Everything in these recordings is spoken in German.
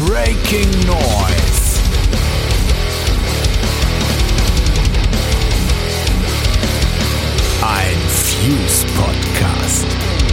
Breaking Noise. Ein Fuse-Podcast.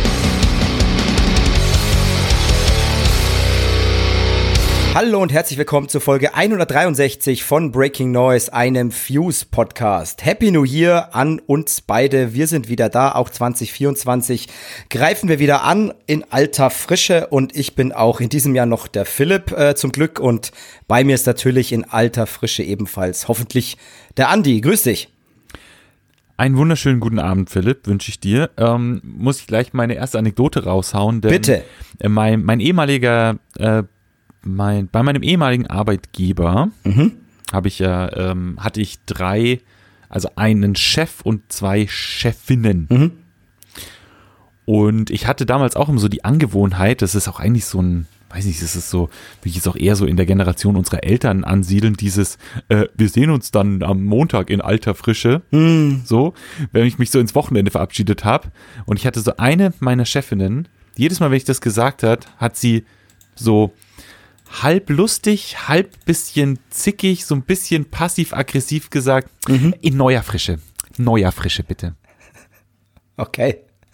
Hallo und herzlich willkommen zur Folge 163 von Breaking Noise, einem Fuse-Podcast. Happy New Year an uns beide. Wir sind wieder da, auch 2024 greifen wir wieder an in alter Frische und ich bin auch in diesem Jahr noch der Philipp zum Glück und bei mir ist natürlich in alter Frische ebenfalls hoffentlich der Andi. Grüß dich. Einen wunderschönen guten Abend, Philipp, wünsche ich dir. Muss ich gleich meine erste Anekdote raushauen, denn Bitte. Mein ehemaliger bei meinem ehemaligen Arbeitgeber hatte ich einen Chef und zwei Chefinnen. Und ich hatte damals auch immer so die Angewohnheit, das ist auch eigentlich so ein, weiß nicht, das ist so, wie ich es auch eher so in der Generation unserer Eltern ansiedeln, dieses, wir sehen uns dann am Montag in alter Frische, so, wenn ich mich so ins Wochenende verabschiedet habe. Und ich hatte so eine meiner Chefinnen, jedes Mal, wenn ich das gesagt hat sie so halb lustig, halb bisschen zickig, so ein bisschen passiv-aggressiv gesagt, in neuer Frische bitte. Okay.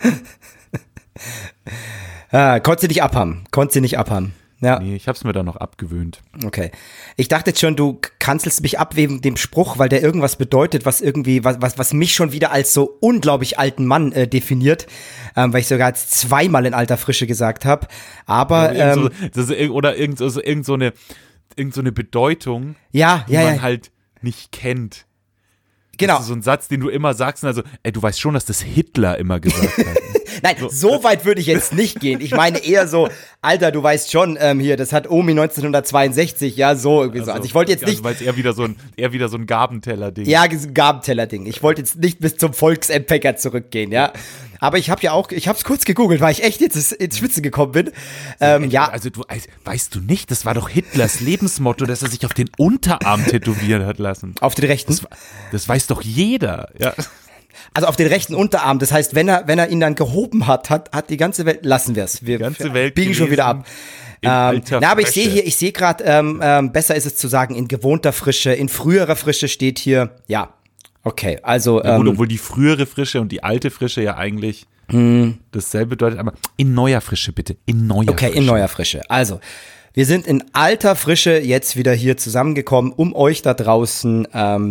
Konntest du nicht abhaben. Ja. Nee, ich hab's mir dann noch abgewöhnt. Okay. Ich dachte jetzt schon, du kanzelst mich ab wegen dem Spruch, weil der irgendwas bedeutet, was mich schon wieder als so unglaublich alten Mann definiert, weil ich sogar jetzt zweimal in alter Frische gesagt habe. Aber irgend so eine Bedeutung, die man halt nicht kennt. Genau. Das ist so ein Satz, den du immer sagst, also, du weißt schon, dass das Hitler immer gesagt hat. Nein, so weit würde ich jetzt nicht gehen. Ich meine eher so, Alter, du weißt schon, hier, das hat Omi 1962, ja, so irgendwie so. Also ich wollte jetzt nicht. Weil es eher wieder so ein Gabenteller-Ding. Ja, ein Gabenteller-Ding. Ich wollte jetzt nicht bis zum Volksempfänger zurückgehen, ja. Aber ich hab's kurz gegoogelt, weil ich echt jetzt ins Schwitzen gekommen bin. Ja. Also weißt du nicht, das war doch Hitlers Lebensmotto, dass er sich auf den Unterarm tätowieren hat lassen. Auf den rechten? Das weiß doch jeder, ja. Also auf den rechten Unterarm, das heißt, wenn er ihn dann gehoben hat die ganze Welt, lassen wir es. Die ganze Welt biegen schon wieder ab. Aber ich sehe gerade, besser ist es zu sagen, in gewohnter Frische, in früherer Frische steht hier, ja, okay, also. Ja, gut, obwohl die frühere Frische und die alte Frische ja eigentlich dasselbe bedeutet, aber in neuer Frische bitte, in neuer Frische. Okay, in neuer Frische. Also, wir sind in alter Frische jetzt wieder hier zusammengekommen, um euch da draußen,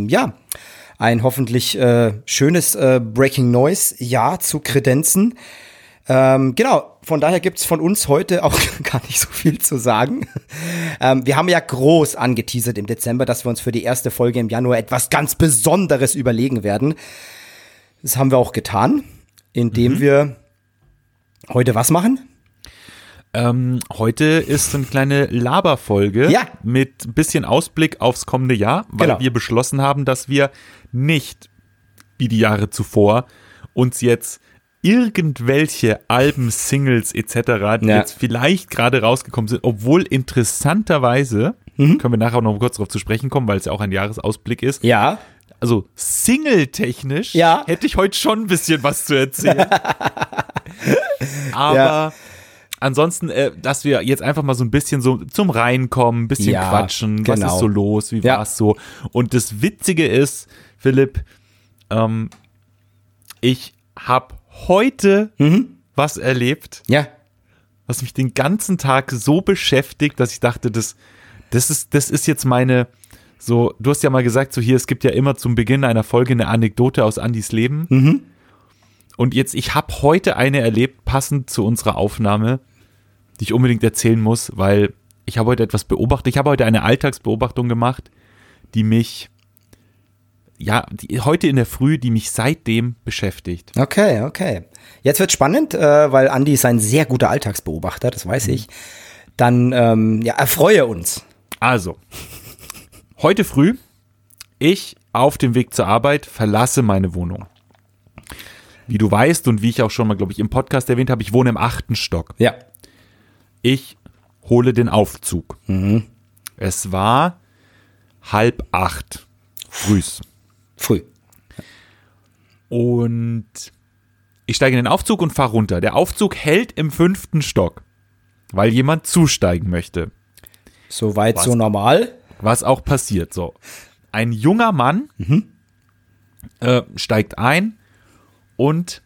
ein hoffentlich schönes Breaking Noise Jahr zu kredenzen. Genau, von daher gibt's von uns heute auch gar nicht so viel zu sagen. Wir haben ja groß angeteasert im Dezember, dass wir uns für die erste Folge im Januar etwas ganz Besonderes überlegen werden. Das haben wir auch getan, indem wir heute was machen? Heute ist eine kleine Laberfolge mit ein bisschen Ausblick aufs kommende Jahr, weil wir beschlossen haben, dass wir nicht, wie die Jahre zuvor, uns jetzt irgendwelche Alben, Singles etc., die jetzt vielleicht gerade rausgekommen sind, obwohl interessanterweise, können wir nachher auch noch kurz darauf zu sprechen kommen, weil es ja auch ein Jahresausblick ist. Ja. Also Single-technisch hätte ich heute schon ein bisschen was zu erzählen. Aber ansonsten, dass wir jetzt einfach mal so ein bisschen so zum Reinkommen, ein bisschen quatschen, was ist so los, wie war es so. Und das Witzige ist, Philipp, ich habe heute was erlebt, was mich den ganzen Tag so beschäftigt, dass ich dachte, das ist jetzt meine, so, du hast ja mal gesagt, so hier, es gibt ja immer zum Beginn einer Folge eine Anekdote aus Andis Leben. Und jetzt, ich habe heute eine erlebt, passend zu unserer Aufnahme, die ich unbedingt erzählen muss, weil ich habe heute etwas beobachtet. Ich habe heute eine Alltagsbeobachtung gemacht, die mich, heute in der Früh, die mich seitdem beschäftigt. Okay. Jetzt wird's spannend, weil Andi ist ein sehr guter Alltagsbeobachter, das weiß ich. Dann, erfreue uns. Also, heute früh, ich auf dem Weg zur Arbeit verlasse meine Wohnung. Wie du weißt und wie ich auch schon mal, glaube ich, im Podcast erwähnt habe, ich wohne im 8. Stock. Ja. Ich hole den Aufzug. Es war 7:30 früh. Und ich steige in den Aufzug und fahre runter. Der Aufzug hält im 5. Stock, weil jemand zusteigen möchte. Soweit so normal. Was auch passiert. So, ein junger Mann steigt ein und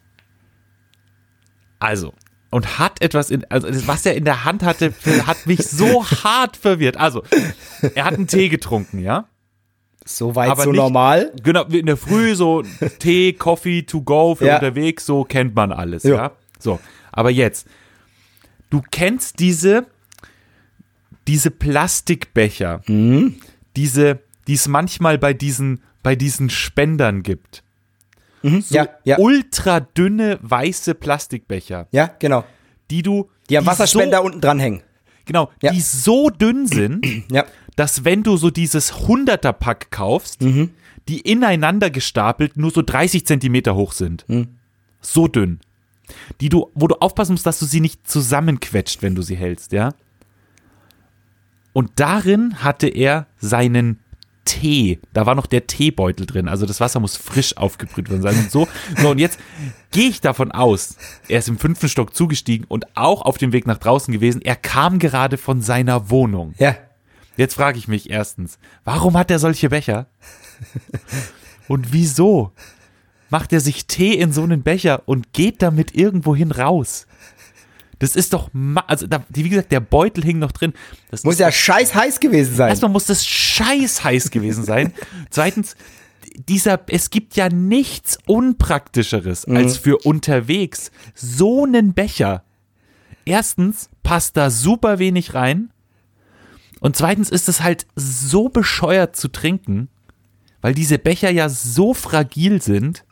hat etwas was er in der Hand hatte, hat mich so hart verwirrt. Also, er hat einen Tee getrunken, ja? Soweit Aber so nicht- normal. Genau, in der Früh so Tee, Coffee to go für Ja. unterwegs, so kennt man alles, Ja. ja? So, aber jetzt, du kennst diese Plastikbecher, die es manchmal bei diesen Spendern gibt. So Ja. ultra dünne weiße Plastikbecher, Ja, genau. die Die am Wasserspender unten dran hängen. Genau, Ja. die so dünn sind, Ja. dass wenn du so dieses 100er-Pack kaufst, die ineinander gestapelt nur so 30 Zentimeter hoch sind. So dünn. Wo du aufpassen musst, dass du sie nicht zusammenquetscht, wenn du sie hältst, ja. Und darin hatte er seinen Tee. Da war noch der Teebeutel drin. Also das Wasser muss frisch aufgebrüht worden sein und so. So, und jetzt gehe ich davon aus, er ist im 5. Stock zugestiegen und auch auf dem Weg nach draußen gewesen. Er kam gerade von seiner Wohnung. Ja. Jetzt frage ich mich erstens, warum hat er solche Becher? Und wieso macht er sich Tee in so einen Becher und geht damit irgendwohin raus? Das ist doch, wie gesagt, der Beutel hing noch drin. Das Muss ist ja scheiß heiß gewesen sein. Erstmal muss das scheiß heiß gewesen sein. Zweitens, es gibt ja nichts Unpraktischeres als für unterwegs so einen Becher. Erstens passt da super wenig rein und zweitens ist es halt so bescheuert zu trinken, weil diese Becher ja so fragil sind.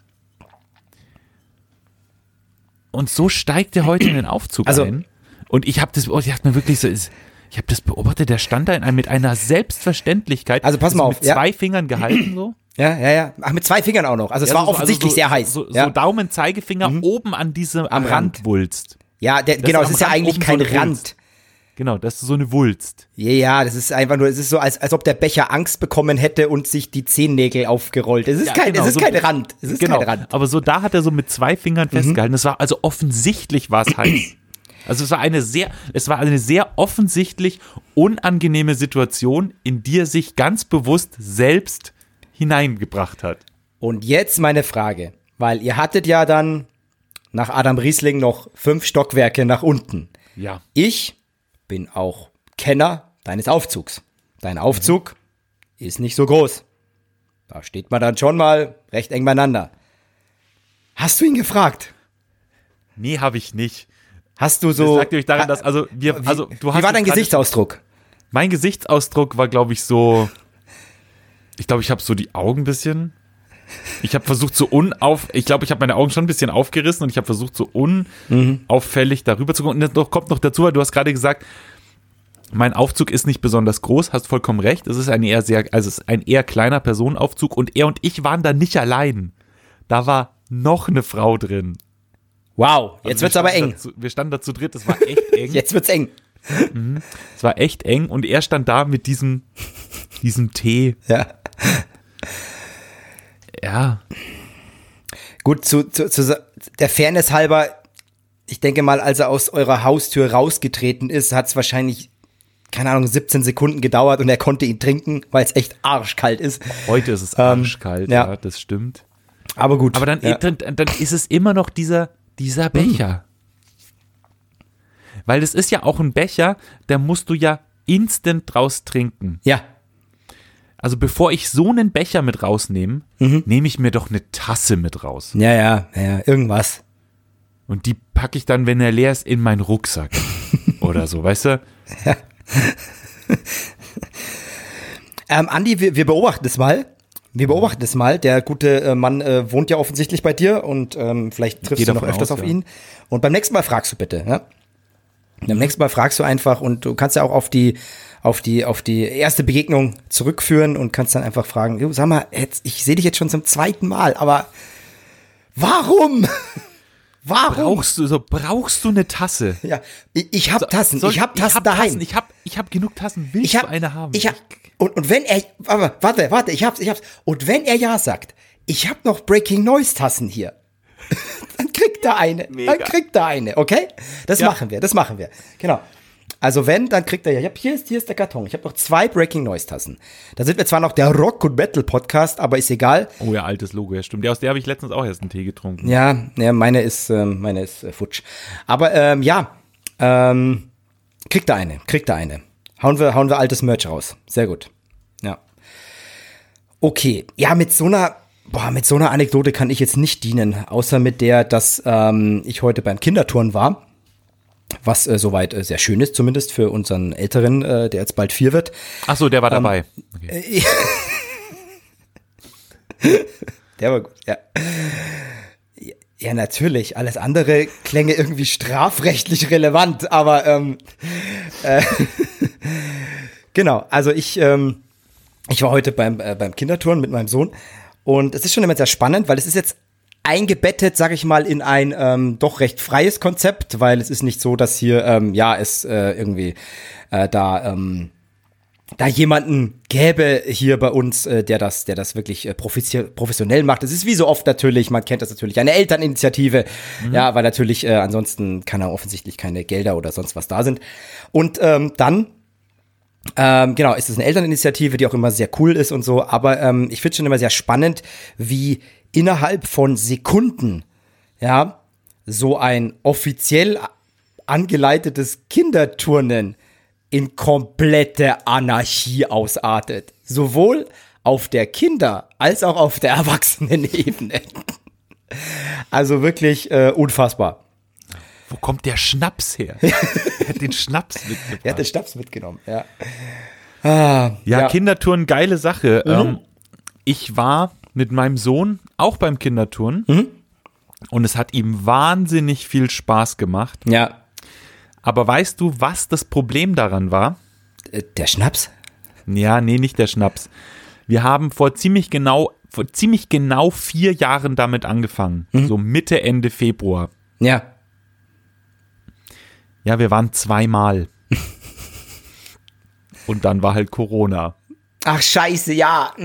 Und so steigt er heute in den Aufzug ein. Und ich dachte mir wirklich so, ich habe das beobachtet, der stand da mit einer Selbstverständlichkeit. Also pass mal auf, mit zwei Fingern gehalten so. Ja. Ach, mit 2 Fingern auch noch. Also es war offensichtlich sehr heiß. So ja. Daumen, Zeigefinger oben an diesem Am Rand. Randwulst. Ja, Das genau, ist es am ist ja Rand eigentlich oben kein so ein Rand. Wulst. Genau, das ist so eine Wulst. Ja, das ist einfach nur, es ist so, als ob der Becher Angst bekommen hätte und sich die Zehennägel aufgerollt. Es ist Ja, kein, genau, es ist so- kein Rand. Es ist Genau, kein Rand. aber so da hat er so mit 2 Fingern festgehalten. Das war also offensichtlich war es heiß. Also es war eine sehr offensichtlich unangenehme Situation, in die er sich ganz bewusst selbst hineingebracht hat. Und jetzt meine Frage, weil ihr hattet ja dann nach Adam Riesling noch 5 Stockwerke nach unten. Ja. Ich bin auch Kenner deines Aufzugs. Dein Aufzug ist nicht so groß. Da steht man dann schon mal recht eng beieinander. Hast du ihn gefragt? Nee, habe ich nicht. Hast du Das so... lag nämlich daran, dass, du wie hast war jetzt dein gerade- Gesichtsausdruck? Mein Gesichtsausdruck war, glaube ich, so, ich glaube, ich habe so die Augen ein bisschen, ich habe versucht ich glaube, ich habe meine Augen schon ein bisschen aufgerissen und ich habe versucht, so unauffällig darüber zu gucken. Und das kommt noch dazu, weil du hast gerade gesagt, mein Aufzug ist nicht besonders groß, hast vollkommen recht. Es ist es ist ein eher kleiner Personenaufzug und er und ich waren da nicht allein. Da war noch eine Frau drin. Wow, jetzt Also wird's aber eng. Wir standen da zu dritt, das war echt eng. Jetzt wird's eng. Es war echt eng und er stand da mit diesem Tee. Ja. Ja, Gut, zu der Fairness halber, ich denke mal, als er aus eurer Haustür rausgetreten ist, hat es wahrscheinlich, keine Ahnung, 17 Sekunden gedauert und er konnte ihn trinken, weil es echt arschkalt ist. heute ist es arschkalt, ja. ja, das stimmt. Aber gut. Aber dann ist es immer noch dieser Becher. Weil das ist ja auch ein Becher, da musst du ja instant draus trinken. Ja. Also bevor ich so einen Becher mit rausnehme, nehme ich mir doch eine Tasse mit raus. Ja, irgendwas. Und die packe ich dann, wenn er leer ist, in meinen Rucksack. Oder so, weißt du? Andi, wir beobachten es mal. Der gute Mann wohnt ja offensichtlich bei dir und vielleicht triffst Geh du noch davon öfters aus, auf ja. ihn. Und beim nächsten Mal fragst du bitte, ja? Beim nächsten Mal fragst du einfach und du kannst ja auch auf die erste Begegnung zurückführen und kannst dann einfach fragen, du, sag mal, ich sehe dich jetzt schon zum 2. Mal, aber warum? Warum? Brauchst du eine Tasse? Ja, ich habe Tassen, Soll- ich habe Tassen daheim. Ich hab genug Tassen. Willst du eine haben? Und wenn er, aber warte, ich hab's. Und wenn er ja sagt, ich habe noch Breaking Noise Tassen hier, dann kriegt er eine. Mega. Okay? Das machen wir. Genau. Also wenn, dann kriegt er ja, hier ist der Karton. Ich habe noch 2 Breaking Noise Tassen. Da sind wir zwar noch der Rock- und Metal-Podcast, aber ist egal. Oh ja, altes Logo, ja stimmt. Aus der habe ich letztens auch erst einen Tee getrunken. Ja, meine ist futsch. Aber kriegt er eine. Hauen wir altes Merch raus. Sehr gut. Ja. Okay. Ja, mit so einer Anekdote kann ich jetzt nicht dienen, außer mit der, dass ich heute beim Kinderturnen war. Was soweit sehr schön ist, zumindest für unseren Älteren, der jetzt bald 4 wird. Ach so, der war dabei. Okay. Der war gut, ja. Ja, natürlich. Alles andere klänge irgendwie strafrechtlich relevant, aber genau. Also ich war heute beim Kinderturnen mit meinem Sohn und es ist schon immer sehr spannend, weil es ist jetzt eingebettet, sag ich mal, in ein doch recht freies Konzept, weil es ist nicht so, dass hier irgendwie da jemanden gäbe hier bei uns, der das wirklich professionell macht. Es ist wie so oft natürlich, man kennt das natürlich, eine Elterninitiative, ja, weil natürlich ansonsten kann er offensichtlich keine Gelder oder sonst was da sind. Und dann genau, ist es eine Elterninitiative, die auch immer sehr cool ist und so, aber ich finde schon immer sehr spannend, wie innerhalb von Sekunden, ja, so ein offiziell angeleitetes Kinderturnen in komplette Anarchie ausartet. Sowohl auf der Kinder- als auch auf der Erwachsenenebene. Also wirklich unfassbar. Wo kommt der Schnaps her? Er hat den Schnaps mitgebracht. Er hat den Schnaps mitgenommen, ja. Ja, Kinderturnen, geile Sache. Ich war mit meinem Sohn auch beim Kinderturnen und es hat ihm wahnsinnig viel Spaß gemacht. Ja. Aber weißt du, was das Problem daran war? Der Schnaps? Ja, nee, nicht der Schnaps. Wir haben vor ziemlich genau 4 Jahren damit angefangen. So Mitte, Ende Februar. Ja. Ja, wir waren 2-mal. Und dann war halt Corona. Ach, scheiße, ja.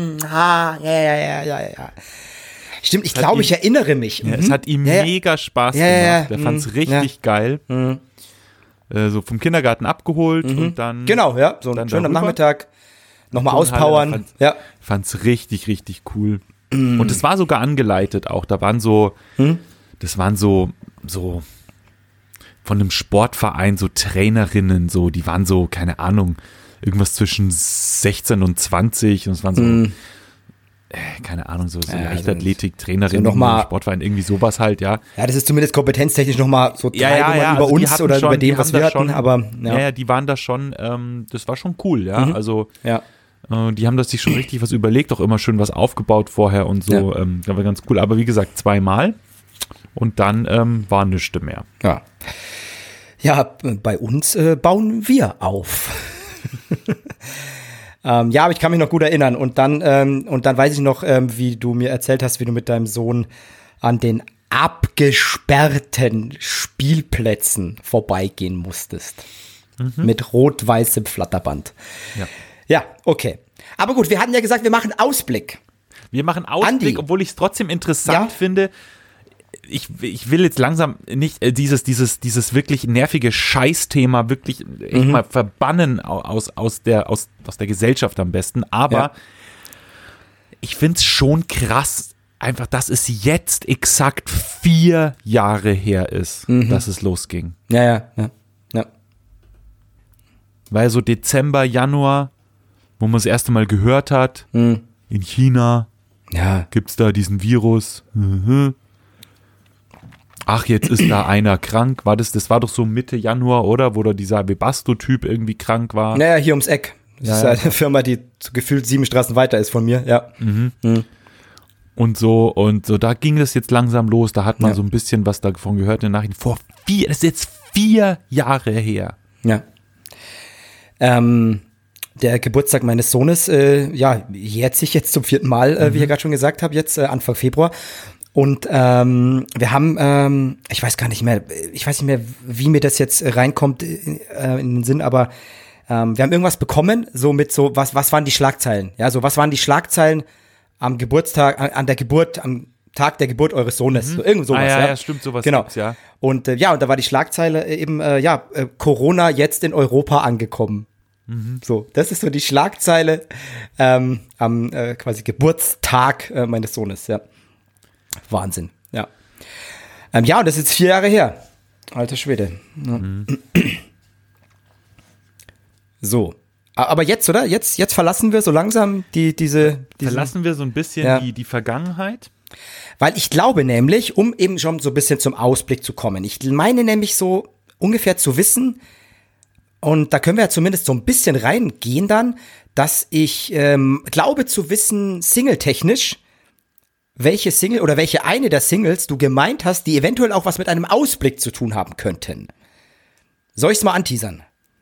Ja. Stimmt, ich glaube, ich erinnere mich. Ja, es hat ihm mega Spaß gemacht. Er fand es richtig geil. So vom Kindergarten abgeholt und dann. Genau, ja. So dann schön am darüber. Nachmittag nochmal auspowern. Fand's richtig, richtig cool. Und es war sogar angeleitet auch. Da waren das waren so von einem Sportverein, so Trainerinnen, so, die waren so, keine Ahnung, irgendwas zwischen 16 und 20 und es waren so, keine Ahnung, so Leichtathletik-Trainerinnen so im Sportverein, irgendwie sowas halt, ja. Ja, das ist zumindest kompetenztechnisch nochmal so 3 Nummern über also uns oder über dem, was wir hatten, aber ja, die waren da schon, das war schon cool, ja, also die haben sich schon richtig was überlegt, auch immer schön was aufgebaut vorher und so, das war ganz cool, aber wie gesagt, 2-mal und dann war nichts mehr. Ja, bei uns bauen wir auf. Ja, aber ich kann mich noch gut erinnern. Und dann weiß ich noch, wie du mir erzählt hast, wie du mit deinem Sohn an den abgesperrten Spielplätzen vorbeigehen musstest. Mit rot-weißem Flatterband. Ja, okay. Aber gut, wir hatten ja gesagt, wir machen Ausblick. Wir machen Ausblick, Andi, obwohl ich es trotzdem interessant finde. Ich will jetzt langsam nicht dieses wirklich nervige Scheißthema wirklich echt mal verbannen aus der Gesellschaft am besten, aber ich finde es schon krass, einfach, dass es jetzt exakt 4 Jahre her ist, dass es losging. Ja. Weil so Dezember, Januar, wo man das erste Mal gehört hat, in China gibt es da diesen Virus. Ach, jetzt ist da einer krank. Das war doch so Mitte Januar, oder? Wo da dieser Webasto-Typ irgendwie krank war. Naja, hier ums Eck. Das ist eine Firma, die gefühlt 7 Straßen weiter ist von mir, ja. Und so, da ging das jetzt langsam los. Da hat man so ein bisschen was davon gehört in den Nachrichten. Das ist jetzt 4 Jahre her. Ja. Der Geburtstag meines Sohnes, jährt sich jetzt zum 4. Mal, wie ich gerade schon gesagt habe, jetzt Anfang Februar. Und wir haben, ich weiß nicht mehr, wie mir das jetzt reinkommt in den Sinn, aber wir haben irgendwas bekommen, was waren die Schlagzeilen? Ja, so was waren die Schlagzeilen am Geburtstag, an der Geburt, am Tag der Geburt eures Sohnes. So, irgend sowas. Ja, stimmt, sowas genau. gibt's, ja. Und und da war die Schlagzeile eben, Corona jetzt in Europa angekommen. So, das ist so die Schlagzeile am quasi Geburtstag meines Sohnes, ja. Wahnsinn, ja. Und das ist jetzt 4 Jahre her. Alter Schwede. Ja. So. Aber jetzt, oder? Jetzt verlassen wir so langsam diese Verlassen wir so ein bisschen die Vergangenheit? Weil ich glaube nämlich, um eben schon so ein bisschen zum Ausblick zu kommen, ich meine nämlich so ungefähr zu wissen, und da können wir ja zumindest so ein bisschen reingehen dann, dass ich glaube zu wissen, singletechnisch, welche Single oder welche eine der Singles du gemeint hast, die eventuell auch was mit einem Ausblick zu tun haben könnten. Soll ich es mal anteasern?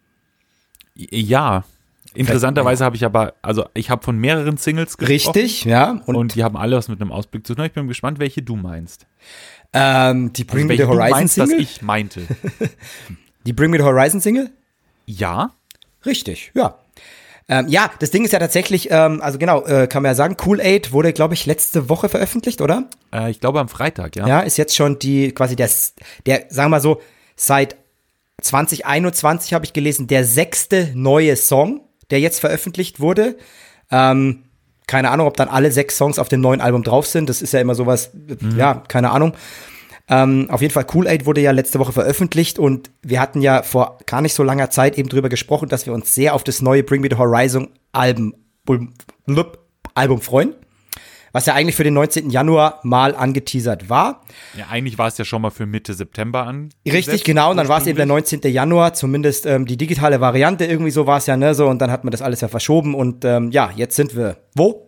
Ja. Interessanterweise habe ich ich habe von mehreren Singles gesprochen. Richtig, ja. Und die haben alle was mit einem Ausblick zu tun. Ich bin gespannt, welche du meinst. Die Bring Me The Welche du Horizon meinst, dass Single? ich meinte. Die Bring Me The Horizon Single? Ja. Richtig, ja. Das Ding ist ja tatsächlich, kann man ja sagen, Kool-Aid wurde, glaube ich, letzte Woche veröffentlicht, oder? Ich glaube am Freitag, ja. Ja, ist jetzt schon quasi der, sagen wir mal so, seit 2021 habe ich gelesen, der 6. neue Song, der jetzt veröffentlicht wurde. Keine Ahnung, ob dann alle 6 Songs auf dem neuen Album drauf sind. Das ist ja immer sowas, keine Ahnung. Auf jeden Fall, Kool-Aid wurde ja letzte Woche veröffentlicht und wir hatten ja vor gar nicht so langer Zeit eben drüber gesprochen, dass wir uns sehr auf das neue Bring Me The Horizon Album freuen. Was ja eigentlich für den 19. Januar mal angeteasert war. Ja, eigentlich war es ja schon mal für Mitte September an. Richtig, genau. Und dann war es eben der 19. Januar, zumindest die digitale Variante. Irgendwie so war es ja, ne? So, und dann hat man das alles ja verschoben. Und jetzt sind wir wo?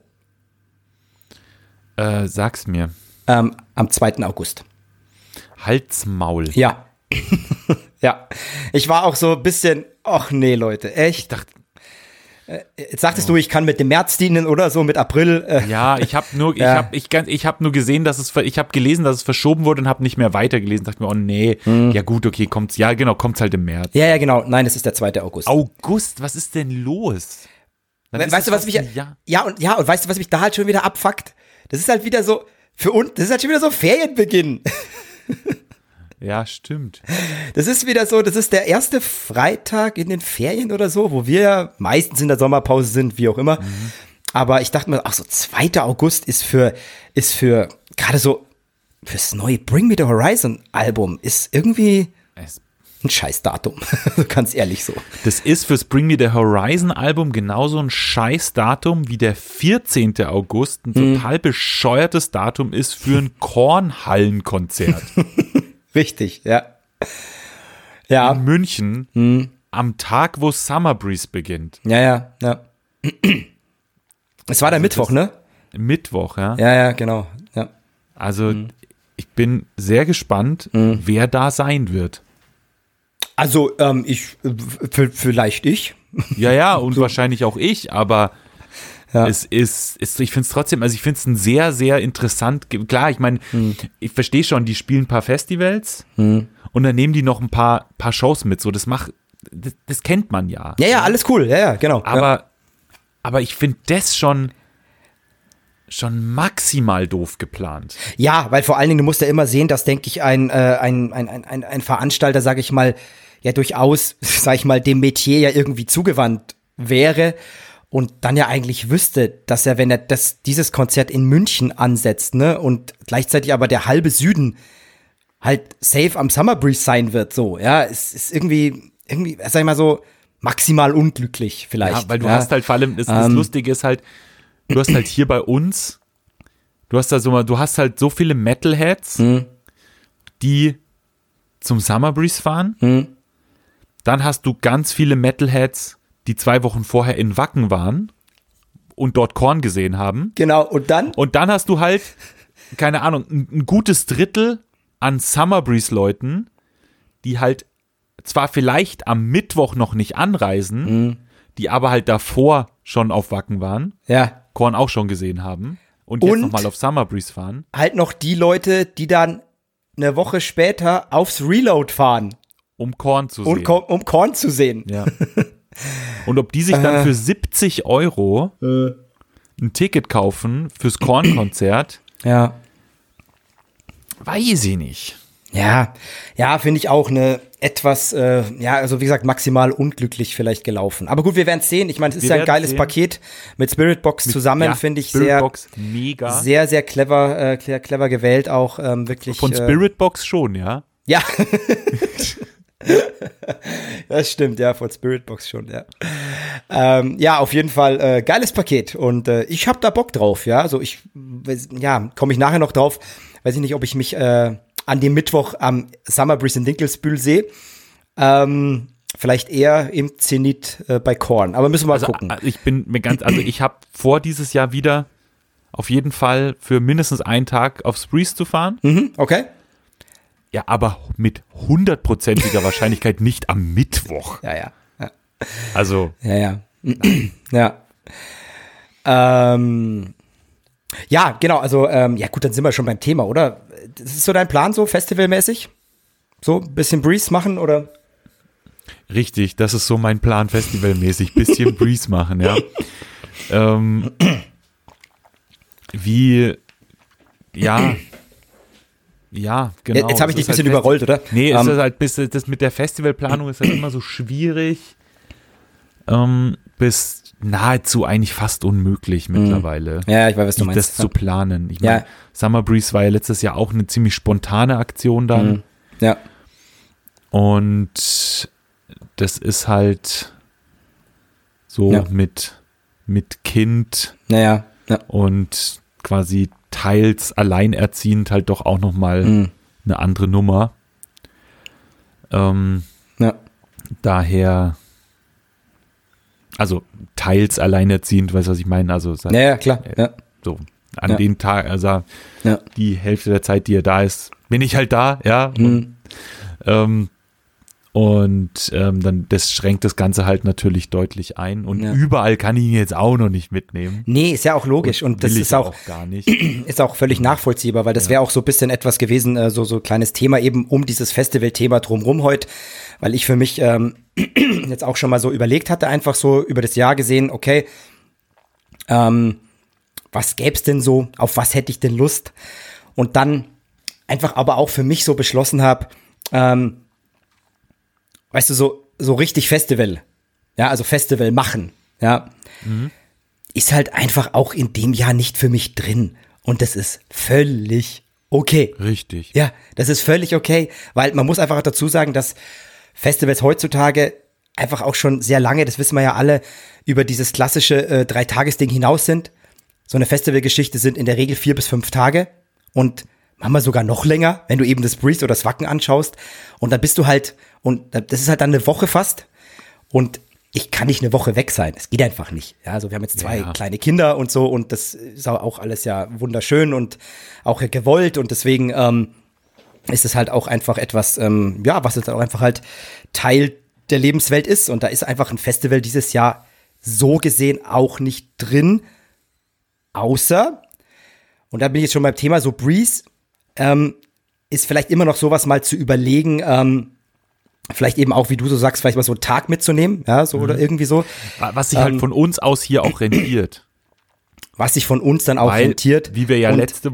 Sag's mir. Am 2. August. Halsmaul. Ja. Ja. Ich war auch so ein bisschen, ach nee, Leute, echt. Ich dachte, jetzt sagtest du, ich kann mit dem März dienen oder so, mit April. Ja, ich habe nur, ich habe nur gesehen, ich habe gelesen, dass es verschoben wurde und habe nicht mehr weitergelesen. Dachte mir, oh nee, ja gut, okay, kommt's halt im März. Ja, genau. Nein, es ist der 2. August. August, was ist denn los? Weißt du, was mich, und weißt du, was mich da halt schon wieder abfuckt? Das ist halt wieder so, für uns, das ist halt schon wieder so Ferienbeginn. Ja, stimmt. Das ist wieder so, das ist der erste Freitag in den Ferien oder so, wo wir meistens in der Sommerpause sind, wie auch immer. Aber ich dachte mir, ach so, 2. August ist für gerade so fürs neue Bring Me The Horizon Album ist irgendwie ein Scheißdatum. Ganz ehrlich so. Das ist fürs Bring Me The Horizon Album genauso ein Scheißdatum wie der 14. August ein total bescheuertes Datum ist für ein Kornhallenkonzert. Richtig, ja. Ja. In München am Tag, wo Summer Breeze beginnt. Ja. Es war der Mittwoch, ne? Mittwoch, ja. Ja, genau. Ja. Also ich bin sehr gespannt, wer da sein wird. Also vielleicht ich. Ja, und wahrscheinlich auch ich, aber es ist, ich finde es trotzdem, also ich finde es ein sehr, sehr interessant, klar, ich meine, ich verstehe schon, die spielen ein paar Festivals und dann nehmen die noch ein paar Shows mit, so, das kennt man ja. Ja, alles cool, ja, genau. Aber ich finde das schon maximal doof geplant. Ja, weil vor allen Dingen, du musst ja immer sehen, dass, denke ich, ein Veranstalter, sage ich mal, ja durchaus, sage ich mal, dem Metier ja irgendwie zugewandt wäre und dann ja eigentlich wüsste, dass er, wenn er dieses Konzert in München ansetzt, ne, und gleichzeitig aber der halbe Süden halt safe am Summer Breeze sein wird, so, ja, es ist irgendwie, sag ich mal so, maximal unglücklich vielleicht. Ja, weil du hast halt vor allem, das Lustige ist halt, du hast halt hier bei uns, du hast halt so viele Metalheads, die zum Summer Breeze fahren. Dann hast du ganz viele Metalheads, die 2 Wochen vorher in Wacken waren und dort Korn gesehen haben. Genau, und dann? Und dann hast du halt, keine Ahnung, ein gutes Drittel an Summer Breeze Leuten, die halt zwar vielleicht am Mittwoch noch nicht anreisen, die aber halt davor schon auf Wacken waren, Korn auch schon gesehen haben und jetzt nochmal auf Summer Breeze fahren. Halt noch die Leute, die dann eine Woche später aufs Reload fahren. Um Korn zu sehen. Um Korn zu sehen. Ja. Und ob die sich dann für 70 € ein Ticket kaufen fürs Korn-Konzert, weiß ich nicht. Ja, finde ich auch eine etwas, also wie gesagt, maximal unglücklich vielleicht gelaufen. Aber gut, wir werden es sehen. Ich meine, es ist ja ein geiles Paket mit Spiritbox zusammen, finde ich Spiritbox, mega. Sehr, sehr clever gewählt auch, wirklich. Von Spiritbox schon, ja? Ja. Das stimmt, ja, von Spiritbox schon, ja. Ja, auf jeden Fall geiles Paket und ich hab da Bock drauf, ja. Also komme ich nachher noch drauf. Weiß ich nicht, ob ich mich an dem Mittwoch am Summer Breeze in Dinkelsbühl sehe. Vielleicht eher im Zenit bei Korn, aber müssen wir mal gucken. Ich habe vor, dieses Jahr wieder auf jeden Fall für mindestens einen Tag aufs Breeze zu fahren. Mhm, okay. Ja, aber mit 100%iger Wahrscheinlichkeit nicht am Mittwoch. Ja. Also. Ja. Ja, genau, also, gut, dann sind wir schon beim Thema, oder? Das ist so dein Plan, so festivalmäßig? So ein bisschen Breeze machen, oder? Richtig, das ist so mein Plan, festivalmäßig. Bisschen Breeze machen, ja. Ja, genau. Jetzt habe ich dich ein bisschen überrollt, oder? Nee, es ist halt das mit der Festivalplanung ist halt immer so schwierig, bis nahezu eigentlich fast unmöglich mittlerweile. Ja, ich weiß, was du meinst. Das zu planen. Ich meine, Summer Breeze war ja letztes Jahr auch eine ziemlich spontane Aktion dann. Ja. Und das ist halt so mit Kind und quasi teils alleinerziehend halt doch auch nochmal eine andere Nummer. Daher, also teils alleinerziehend, weißt du, was ich meine? Also, klar. So, an den Tag, also die Hälfte der Zeit, die er da ist, bin ich halt da, ja. Dann, das schränkt das Ganze halt natürlich deutlich ein. Und überall kann ich ihn jetzt auch noch nicht mitnehmen. Nee, ist ja auch logisch. Und das ist auch gar nicht. Ist auch völlig nachvollziehbar, weil das wäre auch so ein bisschen etwas gewesen, so ein kleines Thema eben um dieses Festival-Thema drumrum heute. Weil ich für mich jetzt auch schon mal so überlegt hatte, einfach so über das Jahr gesehen, okay, was gäb's denn so? Auf was hätte ich denn Lust? Und dann einfach aber auch für mich so beschlossen habe, weißt du, so richtig Festival, ja, also Festival machen, ja, ist halt einfach auch in dem Jahr nicht für mich drin. Und das ist völlig okay. Richtig. Ja, das ist völlig okay, weil man muss einfach auch dazu sagen, dass Festivals heutzutage einfach auch schon sehr lange, das wissen wir ja alle, über dieses klassische 3-Tages-Ding hinaus sind. So eine Festivalgeschichte sind in der Regel 4 bis 5 Tage und manchmal sogar noch länger, wenn du eben das Breeze oder das Wacken anschaust. Und dann bist du halt, und das ist halt dann eine Woche fast. Und ich kann nicht eine Woche weg sein. Es geht einfach nicht. Ja, also wir haben jetzt 2 kleine Kinder und so. Und das ist auch alles ja wunderschön und auch gewollt. Und deswegen ist es halt auch einfach etwas, was jetzt auch einfach halt Teil der Lebenswelt ist. Und da ist einfach ein Festival dieses Jahr so gesehen auch nicht drin. Außer, und da bin ich jetzt schon beim Thema, so Breeze, ist vielleicht immer noch sowas mal zu überlegen, vielleicht eben auch, wie du so sagst, vielleicht mal so einen Tag mitzunehmen, ja, so oder irgendwie so. Was sich halt von uns aus hier auch rentiert. Was sich von uns dann auch rentiert. Wie wir ja letztes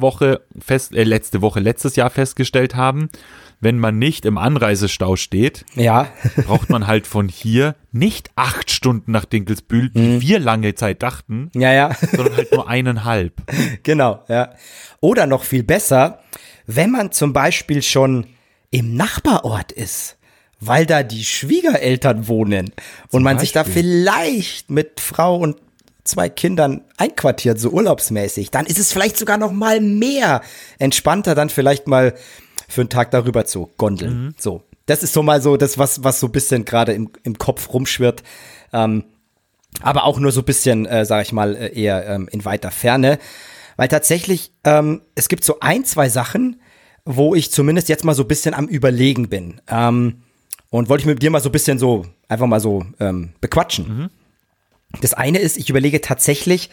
Jahr festgestellt haben, wenn man nicht im Anreisestau steht, braucht man halt von hier nicht 8 Stunden nach Dinkelsbühl, wie wir lange Zeit dachten, sondern halt nur 1,5. Genau, ja. Oder noch viel besser, wenn man zum Beispiel schon im Nachbarort ist, weil da die Schwiegereltern wohnen und man sich da vielleicht mit Frau und 2 Kindern einquartiert, so urlaubsmäßig, dann ist es vielleicht sogar noch mal mehr entspannter, dann vielleicht mal für einen Tag darüber zu gondeln. So, das ist so mal so das, was so ein bisschen gerade im Kopf rumschwirrt. Aber auch nur so ein bisschen, sag ich mal, eher in weiter Ferne. Weil tatsächlich, es gibt so 1-2 Sachen, wo ich zumindest jetzt mal so ein bisschen am Überlegen bin. Und wollte ich mit dir mal so ein bisschen so, einfach mal so bequatschen. Das eine ist, ich überlege tatsächlich,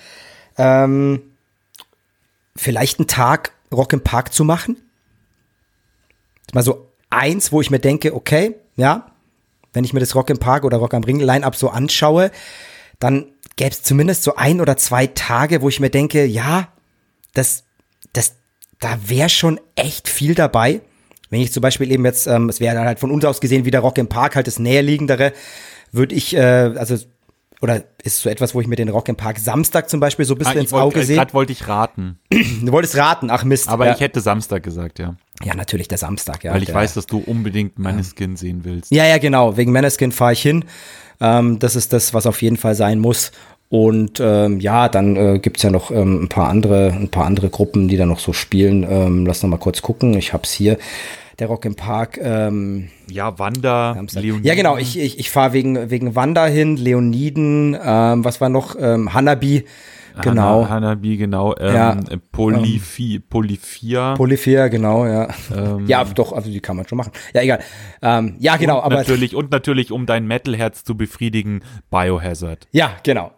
vielleicht einen Tag Rock im Park zu machen. Mal so eins, wo ich mir denke, okay, ja, wenn ich mir das Rock im Park oder Rock am Ring Line-Up so anschaue, dann gäbe es zumindest so 1 oder 2 Tage, wo ich mir denke, ja, das da wäre schon echt viel dabei. Wenn ich zum Beispiel eben jetzt, es wäre dann halt von uns aus gesehen wieder Rock im Park, halt das Näherliegendere, würde ich, oder ist so etwas, wo ich mir den Rock im Park Samstag zum Beispiel so ein bisschen ins Auge sehe. Gerade wollte ich raten. Du wolltest raten, ach Mist. Aber ich hätte Samstag gesagt, ja. Ja, natürlich der Samstag, ja. Weil ich weiß, dass du unbedingt Måneskin sehen willst. Ja, genau. Wegen Måneskin fahre ich hin. Das ist das, was auf jeden Fall sein muss. Und dann gibt's ja noch ein paar andere Gruppen, die da noch so spielen. Lass noch mal kurz gucken. Ich hab's hier. Der Rock im Park. Wanda, Leoniden. Ja, genau. Ich fahre wegen Wanda hin, Leoniden. Was war noch? Hanabi. Genau. Hanabi, genau. Polyphia, genau, ja. Ja, doch, also die kann man schon machen. Ja, egal. Ja, genau. Und natürlich, um dein Metal-Herz zu befriedigen, Biohazard. Ja, genau.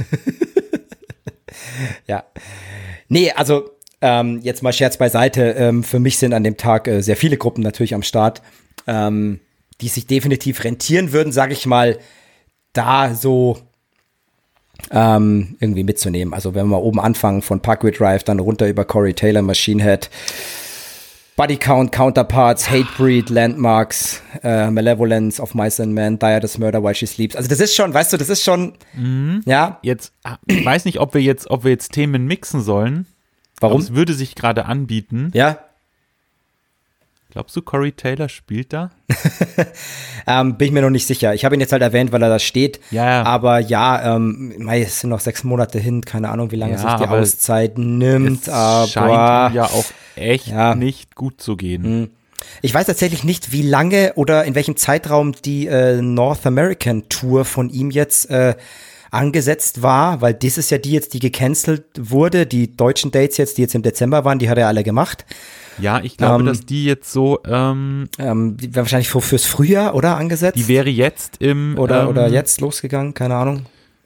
Ja. Nee, also jetzt mal Scherz beiseite. Für mich sind an dem Tag sehr viele Gruppen natürlich am Start, die sich definitiv rentieren würden, sage ich mal, da so irgendwie mitzunehmen. Also wenn wir oben anfangen von Parkway Drive, dann runter über Corey Taylor, Machine Head, Body Count, Counterparts, Hatebreed, Landmarks, Malevolence, Of Mice and Men, Diade's Murder While She Sleeps. Also das ist schon, weißt du, das ist schon, ja. Jetzt, ich weiß nicht, ob wir jetzt Themen mixen sollen. Warum? Es würde sich gerade anbieten. Ja. Glaubst du, Corey Taylor spielt da? Bin ich mir noch nicht sicher. Ich habe ihn jetzt halt erwähnt, weil er da steht. Ja. Aber ja, es sind noch 6 Monate hin. Keine Ahnung, wie lange sich die Auszeit nimmt. Aber scheint ihm ja auch echt nicht gut zu gehen. Ich weiß tatsächlich nicht, wie lange oder in welchem Zeitraum die North American Tour von ihm jetzt angesetzt war, weil das ist ja die jetzt, die gecancelt wurde. Die deutschen Dates jetzt, die jetzt im Dezember waren, die hat er alle gemacht. Ja, ich glaube, dass die jetzt so die wäre wahrscheinlich fürs Frühjahr, oder, angesetzt? Die wäre jetzt im oder jetzt losgegangen, keine Ahnung.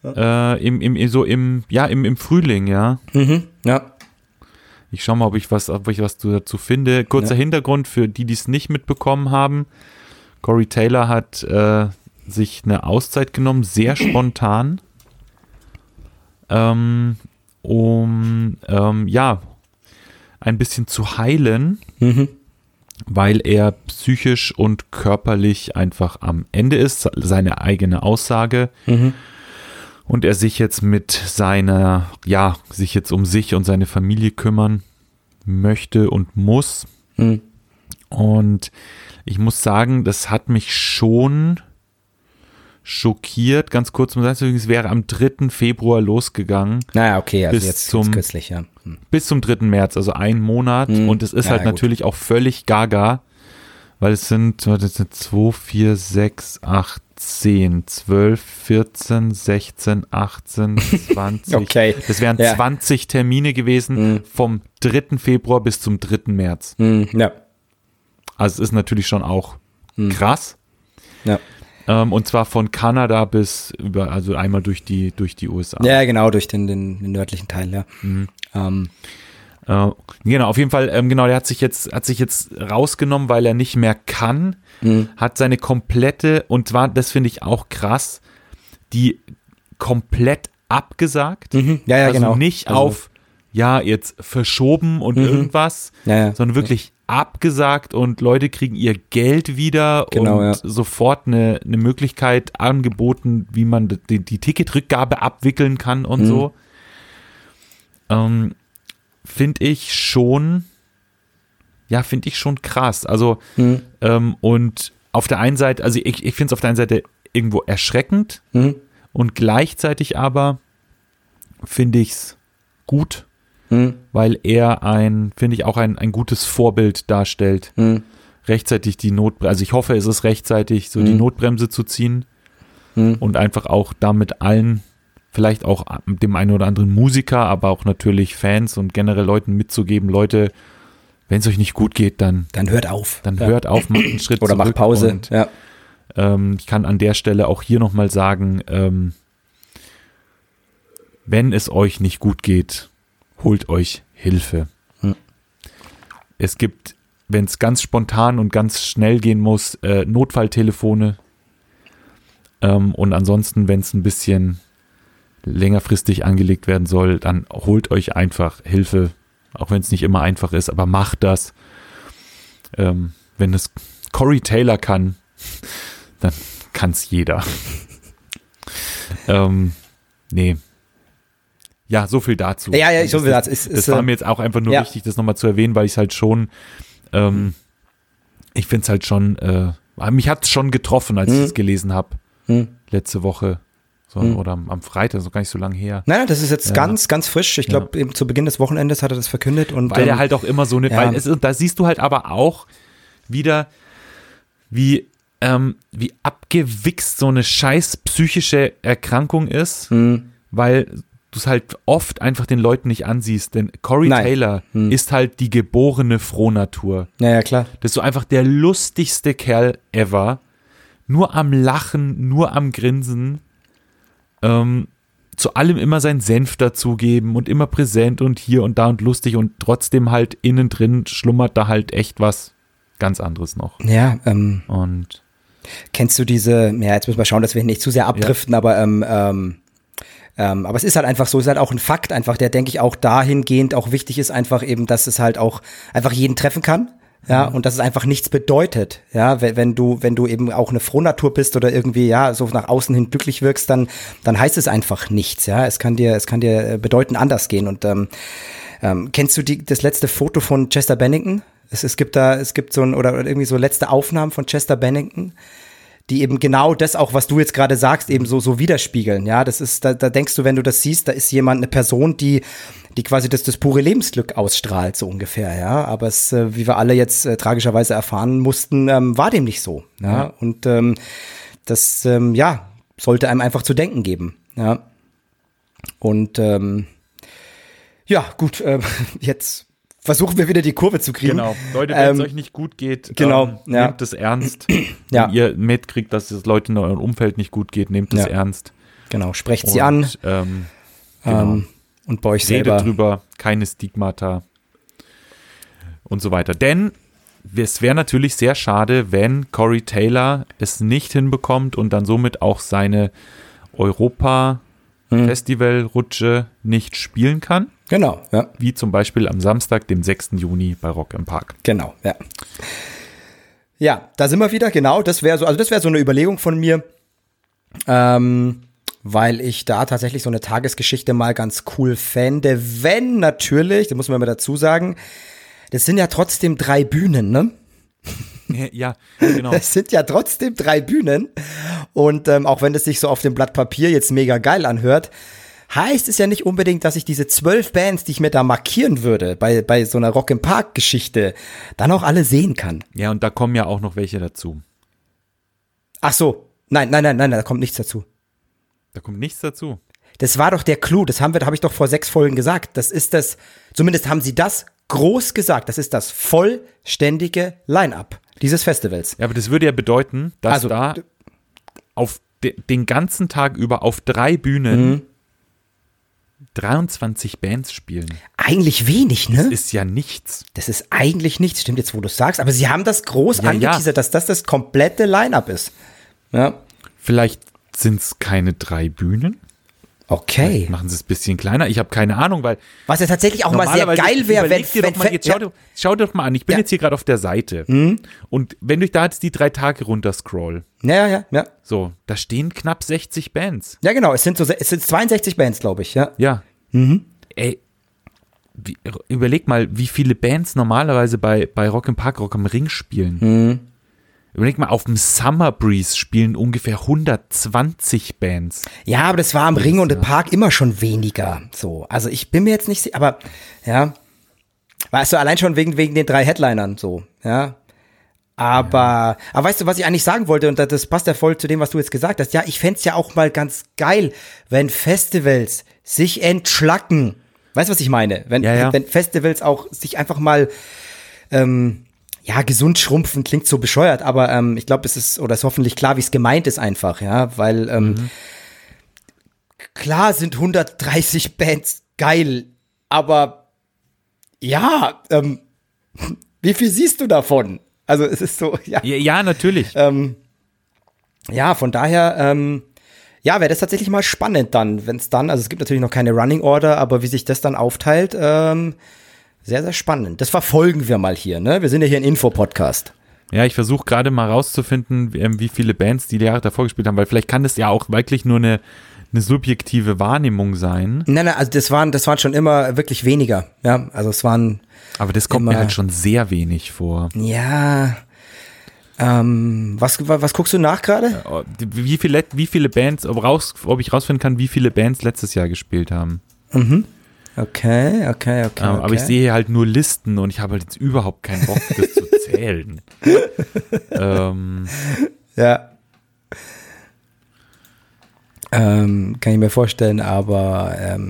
Im Frühling, ja. Ja. Ich schau mal, ob ich was dazu finde. Kurzer Hintergrund für die es nicht mitbekommen haben. Corey Taylor hat sich eine Auszeit genommen, sehr spontan, ein bisschen zu heilen, weil er psychisch und körperlich einfach am Ende ist, seine eigene Aussage. Und er sich jetzt sich jetzt um sich und seine Familie kümmern möchte und muss. Und ich muss sagen, das hat mich schon schockiert. Ganz kurz, es wäre am 3. Februar losgegangen. Naja, okay, also jetzt kürzlich, ja. Bis zum 3. März, also ein Monat. Und es ist natürlich auch völlig gaga, weil es sind 2, 4, 6, 8, 10, 12, 14, 16, 18, 20. Okay. Das wären 20 Termine gewesen vom 3. Februar bis zum 3. März. Ja. Also es ist natürlich schon auch krass. Ja. Und zwar von Kanada also einmal durch die USA. Ja, genau, durch den nördlichen Teil, ja. Genau, auf jeden Fall, der hat sich jetzt rausgenommen, weil er nicht mehr kann, hat seine komplette, und zwar, das finde ich auch krass, die komplett abgesagt. Ja, also genau. Nicht auf, jetzt verschoben und irgendwas, sondern wirklich abgesagt, und Leute kriegen ihr Geld wieder und sofort eine Möglichkeit angeboten, wie man die Ticketrückgabe abwickeln kann und so. Finde ich schon krass. Also, und auf der einen Seite, also ich finde es auf der einen Seite irgendwo erschreckend und gleichzeitig aber finde ich es gut, weil er finde ich auch ein gutes Vorbild darstellt, rechtzeitig die Notbremse, also ich hoffe, es ist rechtzeitig, so die Notbremse zu ziehen und einfach auch damit allen, vielleicht auch dem einen oder anderen Musiker, aber auch natürlich Fans und generell Leuten mitzugeben, Leute, wenn es euch nicht gut geht, dann hört auf. Dann hört auf, macht einen Schritt oder zurück. macht Pause. Und, ich kann an der Stelle auch hier nochmal sagen, wenn es euch nicht gut geht, holt euch Hilfe. Es gibt, wenn es ganz spontan und ganz schnell gehen muss, Notfalltelefone. Und ansonsten, wenn es ein bisschen längerfristig angelegt werden soll, dann holt euch einfach Hilfe. Auch wenn es nicht immer einfach ist, aber macht das. Wenn es Corey Taylor kann, dann kann es jeder. Nee. Ja, so viel dazu. Ja, so viel dazu. Das war mir jetzt auch einfach nur wichtig, das nochmal zu erwähnen, weil ich es halt schon, ich finde es halt schon, mich hat es schon getroffen, als ich es gelesen habe, letzte Woche. Oder am Freitag, so gar nicht so lange her. Nein, das ist jetzt ganz, ganz frisch. Ich glaube, eben zu Beginn des Wochenendes hat er das verkündet. Und, weil er halt auch immer so eine, da siehst du halt aber auch wieder, wie abgewichst so eine scheiß psychische Erkrankung ist, weil du es halt oft einfach den Leuten nicht ansiehst. Denn Corey Taylor ist halt die geborene Frohnatur. Ja, klar. Das ist so einfach der lustigste Kerl ever. Nur am Lachen, nur am Grinsen. Zu allem immer seinen Senf dazugeben und immer präsent und hier und da und lustig und trotzdem halt innen drin schlummert da halt echt was ganz anderes noch. Ja, und kennst du diese, jetzt müssen wir schauen, dass wir nicht zu sehr abdriften, aber es ist halt einfach so, ist halt auch ein Fakt einfach, der, denke ich, auch dahingehend auch wichtig ist, einfach eben, dass es halt auch einfach jeden treffen kann. Ja, und dass es einfach nichts bedeutet, ja, wenn du eben auch eine Frohnatur bist oder irgendwie, so nach außen hin glücklich wirkst, dann heißt es einfach nichts, ja, es kann dir bedeutend anders gehen und, kennst du das letzte Foto von Chester Bennington? Es gibt so oder irgendwie so letzte Aufnahmen von Chester Bennington, die eben genau das auch, was du jetzt gerade sagst, eben so widerspiegeln, ja, das ist, da denkst du, wenn du das siehst, da ist jemand, eine Person, die quasi das pure Lebensglück ausstrahlt, so ungefähr, ja, aber es, wie wir alle jetzt tragischerweise erfahren mussten, war dem nicht so, ja, und das, sollte einem einfach zu denken geben, ja, und gut, jetzt versuchen wir wieder die Kurve zu kriegen. Genau, Leute, wenn es euch nicht gut geht, nehmt es ernst. Wenn ihr mitkriegt, dass es Leuten in eurem Umfeld nicht gut geht, nehmt es ernst. Genau, sprecht sie an. Und bei euch selber. Redet drüber, keine Stigmata und so weiter. Denn es wäre natürlich sehr schade, wenn Corey Taylor es nicht hinbekommt und dann somit auch seine Europa-Festival-Rutsche nicht spielen kann. Genau, ja. Wie zum Beispiel am Samstag, dem 6. Juni bei Rock im Park. Genau, ja. Ja, da sind wir wieder, genau. Das wäre so eine Überlegung von mir, weil ich da tatsächlich so eine Tagesgeschichte mal ganz cool fände. Wenn natürlich, das muss man mal dazu sagen, das sind ja trotzdem 3 Bühnen, ne? Ja, genau. Das sind ja trotzdem 3 Bühnen. Und auch wenn es sich so auf dem Blatt Papier jetzt mega geil anhört, heißt es ja nicht unbedingt, dass ich diese 12 Bands, die ich mir da markieren würde, bei so einer Rock im Park Geschichte, dann auch alle sehen kann. Ja, und da kommen ja auch noch welche dazu. Ach so. Nein, da kommt nichts dazu. Da kommt nichts dazu. Das war doch der Clou, habe ich doch vor 6 Folgen gesagt. Das ist das, zumindest haben sie das groß gesagt, das ist das vollständige Line-Up dieses Festivals. Ja, aber das würde ja bedeuten, dass da auf den ganzen Tag über auf 3 Bühnen 23 Bands spielen. Eigentlich wenig, ne? Das ist ja nichts. Das ist eigentlich nichts, stimmt jetzt, wo du sagst. Aber sie haben das groß angeteasert, dass das komplette Line-Up ist. Ja. Vielleicht sind es keine 3 Bühnen. Okay. Vielleicht machen sie es ein bisschen kleiner. Ich habe keine Ahnung, weil. Was ja tatsächlich auch mal sehr geil wäre, wenn. Schau dir doch mal an. Ich bin jetzt hier gerade auf der Seite. Und wenn ich da jetzt die 3 Tage runterscroll. Ja. So, da stehen knapp 60 Bands. Ja, genau. Es sind 62 Bands, glaube ich. Ja. Ja. Ey, überleg mal, wie viele Bands normalerweise bei Rock im Park, Rock am Ring spielen. Überleg mal, auf dem Summer Breeze spielen ungefähr 120 Bands. Ja, aber das war am Ring und im Park immer schon weniger. So, also ich bin mir jetzt nicht sicher, aber ja, weißt du, allein schon wegen den 3 Headlinern so, ja. Aber weißt du, was ich eigentlich sagen wollte, und das passt ja voll zu dem, was du jetzt gesagt hast, ja, ich fänd's ja auch mal ganz geil, wenn Festivals sich entschlacken. Weißt du, was ich meine? Wenn Festivals auch sich einfach mal gesund schrumpfen klingt so bescheuert, aber ich glaube, es ist hoffentlich klar, wie es gemeint ist einfach, ja, weil klar sind 130 Bands geil, aber ja, wie viel siehst du davon? Also es ist so, Ja, natürlich. Von daher, wäre das tatsächlich mal spannend dann, wenn es dann, also es gibt natürlich noch keine Running Order, aber wie sich das dann aufteilt, Sehr, sehr spannend. Das verfolgen wir mal hier, ne? Wir sind ja hier ein Info-Podcast. Ja, ich versuche gerade mal rauszufinden, wie viele Bands die Jahre davor gespielt haben, weil vielleicht kann das ja auch wirklich nur eine subjektive Wahrnehmung sein. Nein, also das waren schon immer wirklich weniger, ja, also es waren Aber das kommt mir halt schon sehr wenig vor. Ja, was guckst du nach gerade? Wie viele Bands, ob ich rausfinden kann, wie viele Bands letztes Jahr gespielt haben. Okay. Aber ich sehe halt nur Listen und ich habe halt jetzt überhaupt keinen Bock, das zu zählen. Ja. Kann ich mir vorstellen, aber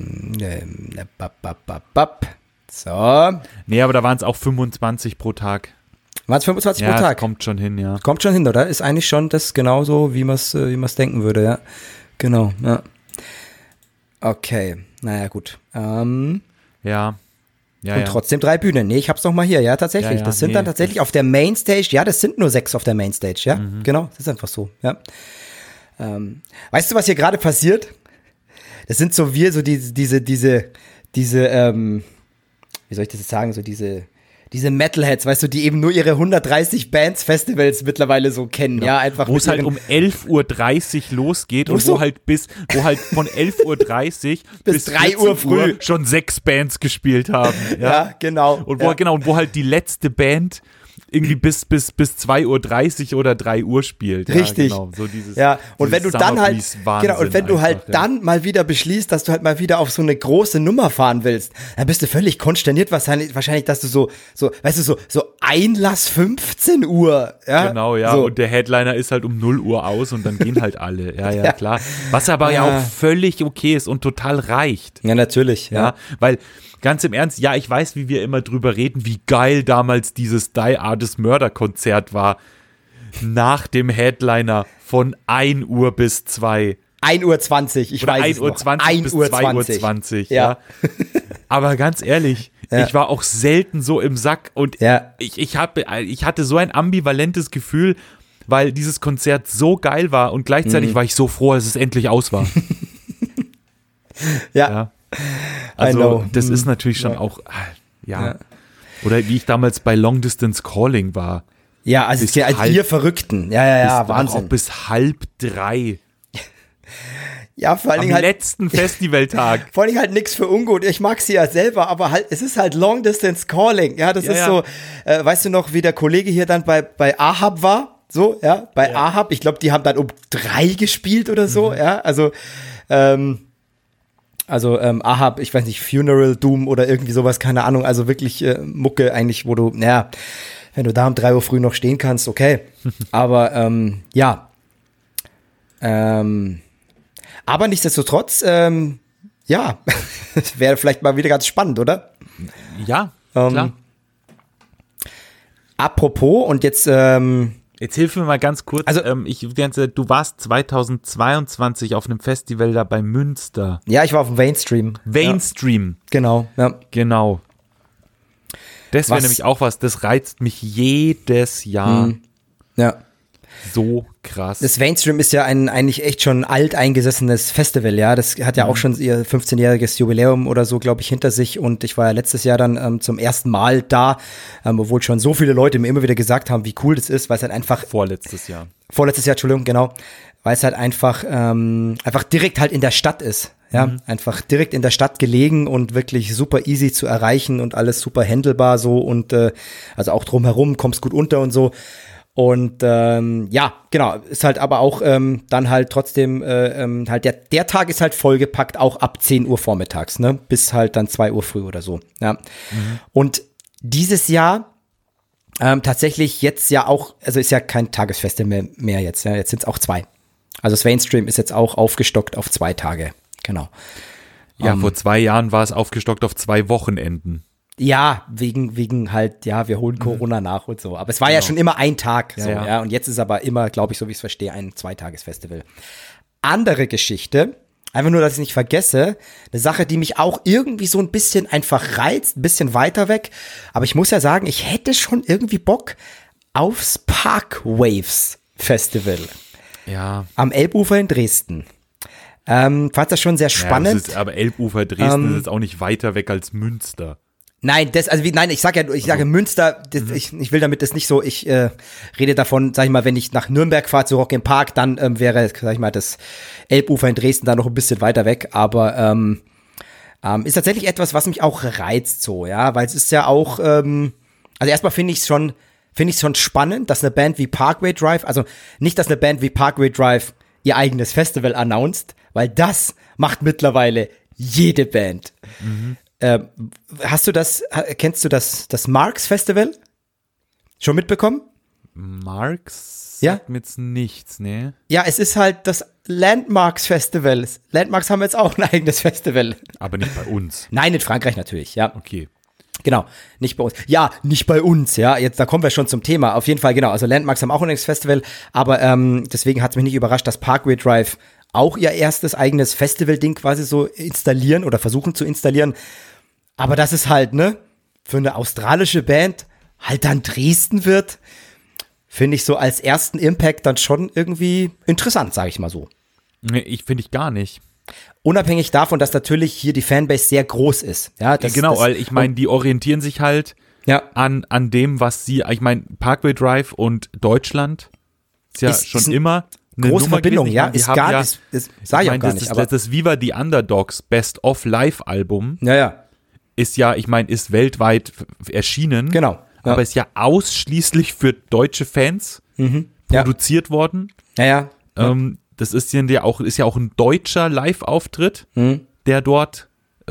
so. Nee, aber da waren es auch 25 pro Tag. Waren es 25 pro Ja, Tag? kommt schon hin, ja. Kommt schon hin, oder? Ist eigentlich schon das genauso, wie man es denken würde, ja. Genau, ja. Okay, naja, gut. Ja. Und trotzdem 3 Bühnen. Nee, ich hab's noch mal hier, ja, tatsächlich. Das sind dann tatsächlich auf der Mainstage, ja, das sind nur 6 auf der Mainstage, ja. Genau, das ist einfach so, ja. Weißt du, was hier gerade passiert? Das sind so diese, wie soll ich das jetzt sagen, so diese Metalheads, weißt du, die eben nur ihre 130 Bands-Festivals mittlerweile so kennen, ja, einfach. Wo es halt um 11.30 Uhr losgeht und wo halt von 11.30 Uhr bis 3 Uhr früh schon 6 Bands gespielt haben. Ja, genau. Und wo halt die letzte Band irgendwie bis 2.30 Uhr oder 3 Uhr spielt. Richtig. Ja, genau. So dieses, ja, und wenn du dann halt, genau, und wenn du halt dann mal wieder beschließt, dass du halt mal wieder auf so eine große Nummer fahren willst, dann bist du völlig konsterniert wahrscheinlich, dass du so, weißt du, so Einlass 15 Uhr. Ja? Genau, ja. So. Und der Headliner ist halt um 0 Uhr aus und dann gehen halt alle. Ja, klar. Was aber ja auch völlig okay ist und total reicht. Ja, natürlich. Ja, weil ganz im Ernst, ja, ich weiß, wie wir immer drüber reden, wie geil damals dieses Die Artist Murder Konzert war. Nach dem Headliner von 1 Uhr bis 2. 1.20 Uhr, ich oder weiß 1 Uhr 20 bis 2.20 Uhr. Ja. Aber ganz ehrlich, ich war auch selten so im Sack und ich hatte so ein ambivalentes Gefühl, weil dieses Konzert so geil war und gleichzeitig war ich so froh, als es endlich aus war. Ja. Also das ist natürlich schon auch, ja. Oder wie ich damals bei Long Distance Calling war. Ja, also ihr Verrückten. Ja, Wahnsinn. Auch bis 2:30. Ja, vor allen Dingen am letzten Festivaltag. Vor allen Dingen halt nichts für ungut. Ich mag sie ja selber, aber halt, es ist halt Long Distance Calling. Ja, das ist so, weißt du noch, wie der Kollege hier dann bei Ahab war? So, ja, bei Ahab. Ich glaube, die haben dann um 3 gespielt oder so, ja, also Ahab, ich weiß nicht, Funeral Doom oder irgendwie sowas, keine Ahnung, also wirklich Mucke eigentlich, wo du, wenn du da um 3 Uhr früh noch stehen kannst, okay, aber aber nichtsdestotrotz, das wäre vielleicht mal wieder ganz spannend, oder? Ja, klar. Apropos und jetzt Jetzt hilf mir mal ganz kurz. Also, du warst 2022 auf einem Festival da bei Münster. Ja, ich war auf dem Mainstream. Mainstream. Ja. Genau, ja. Genau. Das wäre nämlich auch was, das reizt mich jedes Jahr. Ja. So krass. Das Mainstream ist ja ein eigentlich echt schon alteingesessenes Festival, ja. Das hat ja auch schon ihr 15-jähriges Jubiläum oder so, glaube ich, hinter sich. Und ich war ja letztes Jahr dann zum ersten Mal da, obwohl schon so viele Leute mir immer wieder gesagt haben, wie cool das ist, weil es halt einfach Vorletztes Jahr, Entschuldigung, genau. Weil es halt einfach direkt halt in der Stadt ist. Ja, einfach direkt in der Stadt gelegen und wirklich super easy zu erreichen und alles super handelbar so und also auch drumherum, kommst gut unter und so. Und genau, ist halt aber auch dann halt trotzdem halt der Tag ist halt vollgepackt, auch ab 10 Uhr vormittags, ne, bis halt dann 2 Uhr früh oder so, ja. Und dieses Jahr tatsächlich jetzt ja auch, also ist ja kein Tagesfestival mehr jetzt, ja, jetzt sind es auch 2. Also das Mainstream ist jetzt auch aufgestockt auf 2 Tage, genau. Ja, vor 2 Jahren war es aufgestockt auf 2 Wochenenden. Ja, wegen halt, ja, wir holen Corona nach und so. Aber es war ja schon immer ein Tag, so, ja. Und jetzt ist aber immer, glaube ich, so wie ich es verstehe, ein 2-Tages-Festival. Andere Geschichte, einfach nur, dass ich nicht vergesse, eine Sache, die mich auch irgendwie so ein bisschen einfach reizt, ein bisschen weiter weg. Aber ich muss ja sagen, ich hätte schon irgendwie Bock aufs Parkwaves Festival. Ja. Am Elbufer in Dresden. Fand das schon sehr spannend. Aber Elbufer Dresden ist jetzt auch nicht weiter weg als Münster. Nein, ich sage Münster, ich will damit das nicht so, ich rede davon, sag ich mal, wenn ich nach Nürnberg fahre zu Rock im Park, dann wäre, sag ich mal, das Elbufer in Dresden da noch ein bisschen weiter weg, aber ist tatsächlich etwas, was mich auch reizt so, ja, weil es ist ja auch, also erstmal finde ich es schon spannend, dass eine Band wie Parkway Drive, also nicht, dass eine Band wie Parkway Drive ihr eigenes Festival announced, weil das macht mittlerweile jede Band. Kennst du das Marx Festival? Schon mitbekommen? Marx Ja? sagt mir jetzt nichts, ne? Ja, es ist halt das Landmarks Festival. Landmarks haben jetzt auch ein eigenes Festival. Aber nicht bei uns. Nein, in Frankreich natürlich, ja. Okay. Genau, nicht bei uns. Ja, nicht bei uns, ja. Jetzt, da kommen wir schon zum Thema. Auf jeden Fall, genau. Also Landmarks haben auch ein eigenes Festival, aber deswegen hat es mich nicht überrascht, dass Parkway Drive auch ihr erstes eigenes Festival-Ding quasi so installieren oder versuchen zu installieren. Aber dass es halt, ne, für eine australische Band halt dann Dresden wird, finde ich so als ersten Impact dann schon irgendwie interessant, sage ich mal so. Nee, finde ich gar nicht. Unabhängig davon, dass natürlich hier die Fanbase sehr groß ist. Ja, Weil ich meine, die orientieren sich halt an dem, was ich meine, Parkway Drive und Deutschland ist ja schon immer eine große Nummer Verbindung, gewesen. ja, ist gar nicht, das sag ich auch gar nicht. Aber das Viva the Underdogs Best of Live Album ja. ist ja, ich meine, ist weltweit erschienen. Genau. Ja. Aber ist ja ausschließlich für deutsche Fans produziert worden. Ja. Das ist ja auch ein deutscher Live-Auftritt, der dort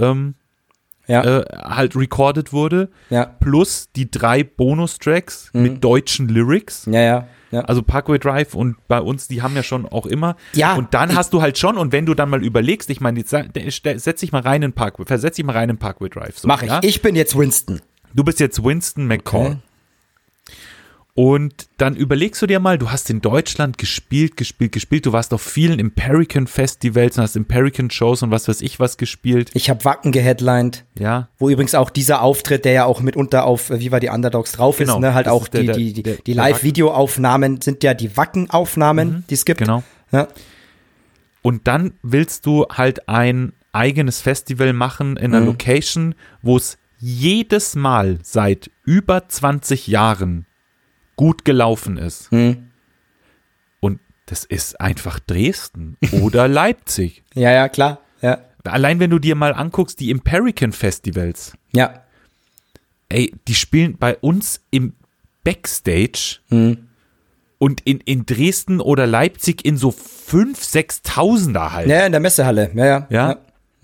halt recorded wurde. Ja. Plus die 3 Bonustracks mit deutschen Lyrics. Ja. Also Parkway Drive und bei uns, die haben ja schon auch immer. Ja. Und dann hast du halt schon, und wenn du dann mal überlegst, ich meine, jetzt versetz dich mal rein in Parkway Drive. So, Mach ich. Ja? Ich bin jetzt Winston. Du bist jetzt Winston McCall. Okay. Und dann überlegst du dir mal, du hast in Deutschland gespielt, du warst auf vielen Imperican-Festivals und hast Imperican-Shows und was weiß ich was gespielt. Ich habe Wacken geheadlined, Ja. wo übrigens auch dieser Auftritt, der ja auch mitunter auf Viva die Underdogs drauf ist, ne, halt das auch ist die Live-Video-Aufnahmen sind ja die Wacken-Aufnahmen, die es gibt. Genau. Ja. Und dann willst du halt ein eigenes Festival machen in einer Location, wo es jedes Mal seit über 20 Jahren gut gelaufen ist. Und das ist einfach Dresden oder Leipzig. Ja, klar. Ja. Allein wenn du dir mal anguckst, die Imperican Festivals, Ja. ey, die spielen bei uns im Backstage und in Dresden oder Leipzig in so 5.000, 6.000er halt. Ja, in der Messehalle. Ja.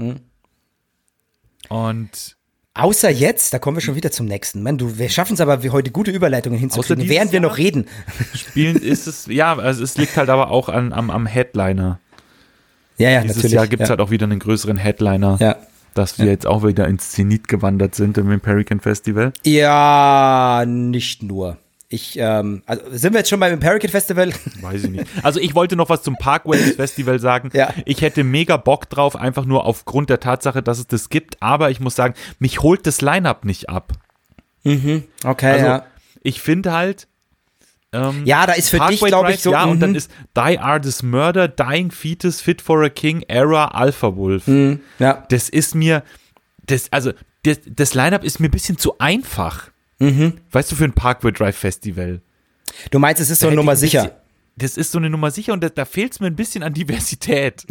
Und Außer jetzt, da kommen wir schon wieder zum nächsten. Mann, wir schaffen es aber heute gute Überleitungen hinzukriegen, dieses während wir Jahr noch reden. spielen ist es, ja, also es liegt halt aber auch am Headliner. Ja, Dieses natürlich. Jahr gibt es halt auch wieder einen größeren Headliner, Ja. dass wir jetzt auch wieder ins Zenit gewandert sind im Imperican Festival. Ja, nicht nur. Also sind wir jetzt schon beim Imperican Festival? Weiß ich nicht. Also ich wollte noch was zum Parkway Festival sagen. Ja. Ich hätte mega Bock drauf, einfach nur aufgrund der Tatsache, dass es das gibt. Aber ich muss sagen, mich holt das Line-Up nicht ab. Okay, Also ja. ich finde halt, Ja, da ist für dich, Parkway glaube ich, Drive, so. ja, und dann ist Die Artist Murder, Dying Fetus, Fit for a King, Era, Alpha Wolf. Ja. Das ist mir, das Line-Up ist mir ein bisschen zu einfach. Weißt du, für ein Parkway Drive Festival. Du meinst, es ist so eine Nummer sicher. Das ist so eine Nummer sicher und da fehlt es mir ein bisschen an Diversität.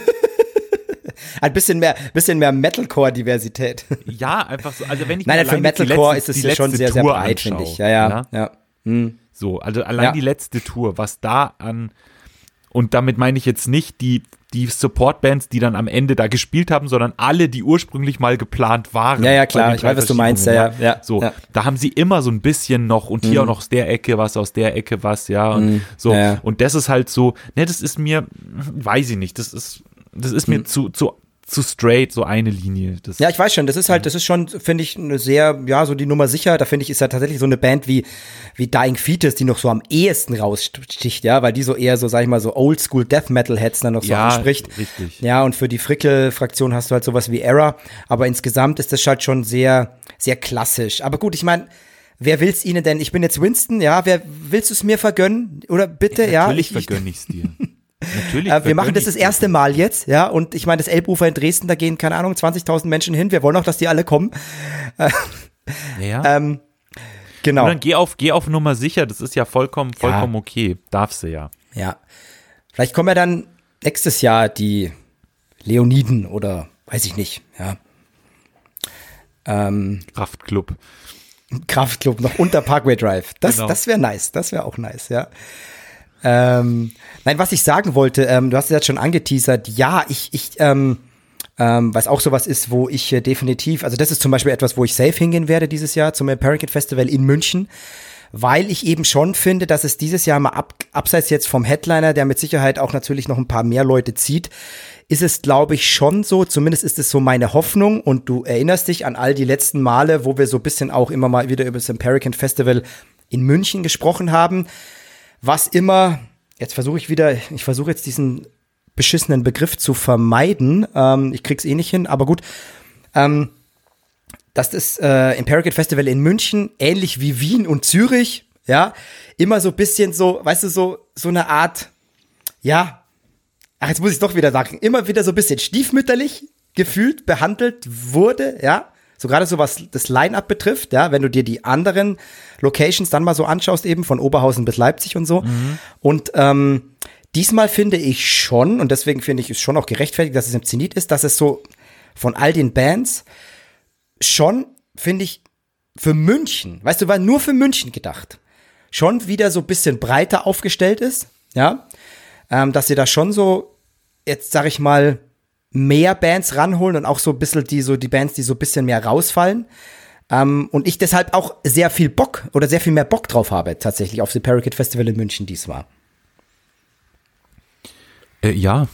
Ein bisschen mehr Metalcore-Diversität. Ja, einfach so. Also wenn ich Nein, mir für allein Metalcore die ist es ja schon sehr, sehr Tour breit, anschaue, finde ich. Ja. So, also allein Ja. die letzte Tour, was da an, und damit meine ich jetzt nicht die Support-Bands, die dann am Ende da gespielt haben, sondern alle, die ursprünglich mal geplant waren. Ja, klar, Bei den ich weiß, was du meinst, Verschiebungen, ja. So, Ja. da haben sie immer so ein bisschen noch und hier auch noch aus der Ecke was, aus der Ecke was, ja, und so. Ja. Und das ist halt so, ne, das ist mir, weiß ich nicht, das ist mir zu straight, so eine Linie. Ja, ich weiß schon, das ist schon, finde ich, eine sehr, ja, so die Nummer sicher, da finde ich, ist ja tatsächlich so eine Band wie Dying Fetus, die noch so am ehesten raussticht, ja, weil die so eher so, sag ich mal, so Oldschool Death Metal Heads dann noch so anspricht. Richtig. Ja, und für die Frickel-Fraktion hast du halt sowas wie Era, aber insgesamt ist das halt schon sehr, sehr klassisch. Aber gut, ich meine, wer will's ihnen denn? Ich bin jetzt Winston, ja, willst du es mir vergönnen? Oder bitte, ja? Natürlich vergönne ich es dir. Natürlich. Wir machen das erste Mal jetzt, ja, und ich meine, das Elbufer in Dresden, da gehen, keine Ahnung, 20.000 Menschen hin, wir wollen auch, dass die alle kommen. Ja. Genau. Und dann geh auf Nummer sicher, das ist ja vollkommen okay. Darfst du ja. Ja. Vielleicht kommen ja dann nächstes Jahr die Leoniden oder weiß ich nicht, ja. Kraftclub noch unter Parkway Drive. Das wäre nice. Das wäre auch nice, ja. Nein, was ich sagen wollte, du hast es jetzt schon angeteasert, ja, ich was auch sowas ist, wo ich definitiv, also das ist zum Beispiel etwas, wo ich safe hingehen werde dieses Jahr zum American Festival in München, weil ich eben schon finde, dass es dieses Jahr mal abseits jetzt vom Headliner, der mit Sicherheit auch natürlich noch ein paar mehr Leute zieht, ist es, glaube ich, schon so, zumindest ist es so meine Hoffnung und du erinnerst dich an all die letzten Male, wo wir so ein bisschen auch immer mal wieder über das American Festival in München gesprochen haben, was immer, ich versuche jetzt diesen beschissenen Begriff zu vermeiden, ich krieg's eh nicht hin, aber gut, dass das American Festival in München, ähnlich wie Wien und Zürich, ja, immer so ein bisschen so, weißt du, so eine Art, ja, jetzt muss ich doch wieder sagen, immer wieder so ein bisschen stiefmütterlich gefühlt behandelt wurde, ja, so gerade so was das Line-Up betrifft, ja, wenn du dir die anderen Locations dann mal so anschaust, eben von Oberhausen bis Leipzig und so. Und diesmal finde ich schon, und deswegen finde ich es schon auch gerechtfertigt, dass es im Zenit ist, dass es so von all den Bands schon, finde ich, für München, weißt du, war nur für München gedacht, schon wieder so ein bisschen breiter aufgestellt ist, ja, dass sie da schon so, jetzt sag ich mal, mehr Bands ranholen und auch so ein bisschen die Bands, die so ein bisschen mehr rausfallen. Und ich deshalb auch sehr viel mehr Bock drauf habe, tatsächlich auf das Paracate Festival in München diesmal. Ja.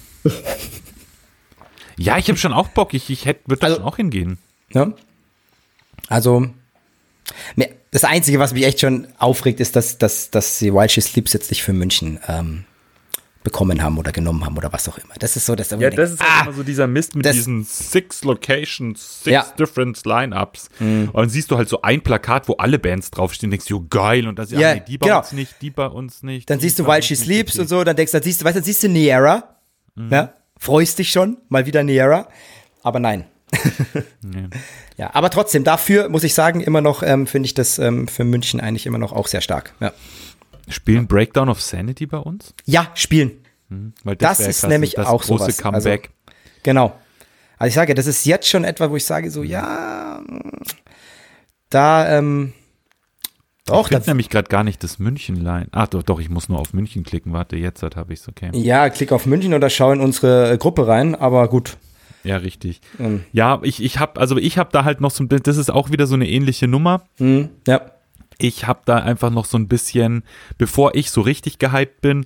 Ja, ich habe schon auch Bock. Ich würde da schon auch hingehen. Ja. Also, das Einzige, was mich echt schon aufregt, ist, dass sie While She Sleeps jetzt nicht für München bekommen haben oder genommen haben oder was auch immer. Das ist so, dass das ist halt immer so dieser Mist mit diesen 6 Locations, 6 different Lineups. Und dann siehst du halt so ein Plakat, wo alle Bands draufstehen, denkst du, geil, und das die bei uns nicht, die bei uns nicht. Dann siehst du While She Sleeps und so, dann siehst du Niera, ja, freust dich schon, mal wieder Niera, aber nein. Nee. Ja, aber trotzdem, dafür muss ich sagen, immer noch finde ich das für München eigentlich immer noch auch sehr stark, ja. Spielen Breakdown of Sanity bei uns? Ja, spielen. Weil das ist krass, nämlich das auch so große Comeback. Also, genau. Also ich sage, das ist jetzt schon etwa, wo ich sage so, ja, da, doch. Ich finde nämlich gerade gar nicht das München-Line. Ach doch, ich muss nur auf München klicken. Warte, jetzt habe ich es, okay. Ja, klick auf München oder schau in unsere Gruppe rein, aber gut. Ja, richtig. Ja, ich habe da halt noch so ein bisschen, das ist auch wieder so eine ähnliche Nummer. Ja. Ich habe da einfach noch so ein bisschen, bevor ich so richtig gehypt bin,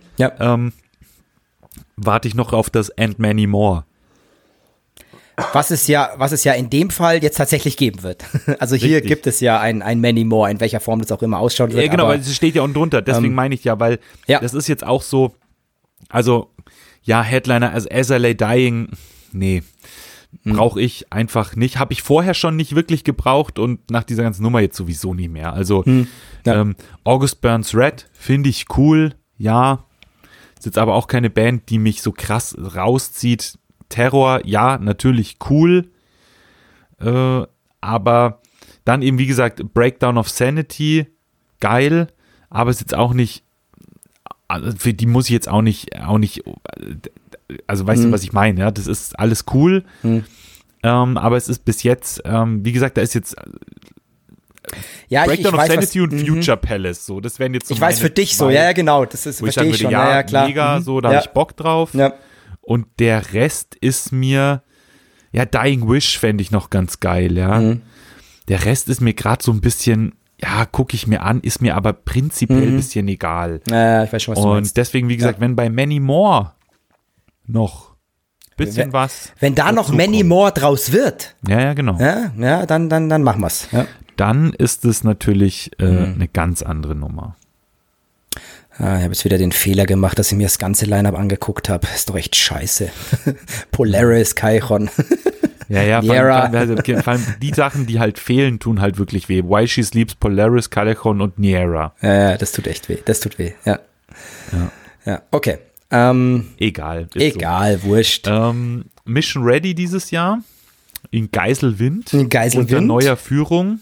warte ich noch auf das And Many More. Was es ja in dem Fall jetzt tatsächlich geben wird. Also hier gibt es ja ein Many More, in welcher Form das auch immer ausschauen wird. Ja, genau, weil es steht ja unten drunter. Deswegen meine ich ja, weil das ist jetzt auch so, also ja, Headliner As I Lay Dying, nee. Brauche ich einfach nicht. Habe ich vorher schon nicht wirklich gebraucht und nach dieser ganzen Nummer jetzt sowieso nicht mehr. Also August Burns Red finde ich cool, ja. Ist jetzt aber auch keine Band, die mich so krass rauszieht. Terror, ja, natürlich cool. Aber dann eben, wie gesagt, Breakdown of Sanity, geil. Aber ist jetzt auch nicht, für die muss ich jetzt auch nicht also weißt du, was ich meine, ja, das ist alles cool, aber es ist bis jetzt, wie gesagt, da ist jetzt Breakdown of Sanity und Future Palace, so, das wären jetzt so ich weiß für dich so, ja, genau, das ist, verstehe ich schon, ja, klar. Mega, so, da habe ich Bock drauf, und der Rest ist mir, ja, Dying Wish fände ich noch ganz geil, ja, der Rest ist mir gerade so ein bisschen, ja, gucke ich mir an, ist mir aber prinzipiell ein bisschen egal. Ja, ich weiß schon, was du meinst. Und deswegen, wie gesagt, wenn bei Many More noch ein bisschen was. Wenn da noch Many More draus wird. Ja, genau. Ja, dann machen wir's. Ja. Dann ist es natürlich eine ganz andere Nummer. Ich habe jetzt wieder den Fehler gemacht, dass ich mir das ganze Line-Up angeguckt habe. Ist doch echt scheiße. Polaris, Kaichon. Ja, vor allem die Sachen, die halt fehlen, tun halt wirklich weh. While She Sleeps, Polaris, Callejon und Niera. Ja, das tut echt weh. Das tut weh, ja. Okay. Egal. Egal, so. Wurscht. Mission Ready dieses Jahr. In Geiselwind. In Geiselwind. Unter neuer Führung.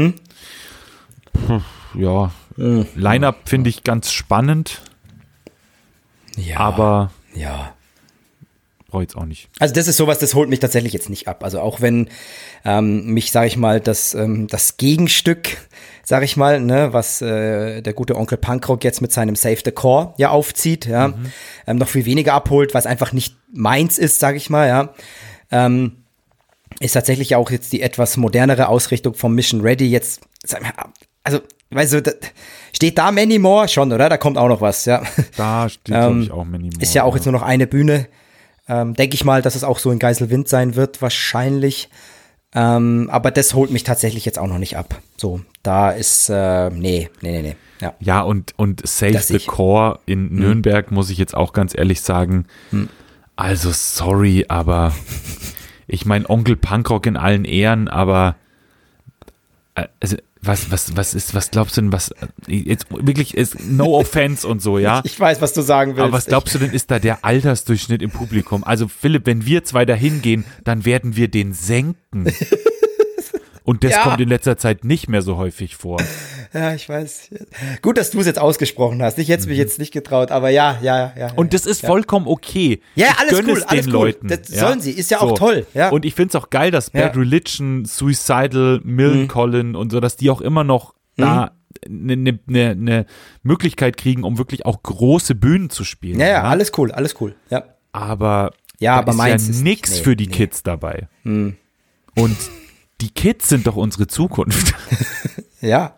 Ja, Line-Up finde ich ganz spannend, Ja. aber Ja. brauche ich jetzt auch nicht. Also das ist sowas, das holt mich tatsächlich jetzt nicht ab. Also auch wenn mich, sage ich mal, das Gegenstück, sage ich mal, ne, was der gute Onkel Punkrock jetzt mit seinem Save the Core ja aufzieht, ja, noch viel weniger abholt, was einfach nicht meins ist, sage ich mal, ja, ist tatsächlich auch jetzt die etwas modernere Ausrichtung vom Mission Ready jetzt, also, weißt du, steht da Many More schon, oder? Da kommt auch noch was, ja. Da steht, glaube ich, auch Many More. Ist ja auch jetzt nur noch eine Bühne. Denke ich mal, dass es auch so in Geiselwind sein wird, wahrscheinlich. Aber das holt mich tatsächlich jetzt auch noch nicht ab. So, da ist, nee. Ja. Ja, und Save Das the ich. Core in Nürnberg, muss ich jetzt auch ganz ehrlich sagen, also sorry, aber ich meine, Onkel Punkrock in allen Ehren, aber also was glaubst du denn, was jetzt wirklich ist, no offense und so, ja? Ich weiß, was du sagen willst. Aber was glaubst du denn, ist da der Altersdurchschnitt im Publikum? Also Philipp, wenn wir zwei da hingehen, dann werden wir den senken. Und das Ja. kommt in letzter Zeit nicht mehr so häufig vor. Ja, ich weiß. Gut, dass du es jetzt ausgesprochen hast. Ich hätte es mich jetzt nicht getraut, aber ja. Und das ist vollkommen okay. Ja, Ich alles gönne cool, es alles den cool. Leuten. Das sollen sie, ist ja auch toll, ja. Und ich finde es auch geil, dass Bad Religion, Suicidal, Millencolin und so, dass die auch immer noch da eine Möglichkeit kriegen, um wirklich auch große Bühnen zu spielen. Ja, alles cool, ja. Aber Ja, da aber ist meins ja ist nix nicht, nee, für die Kids dabei. Und die Kids sind doch unsere Zukunft. Ja.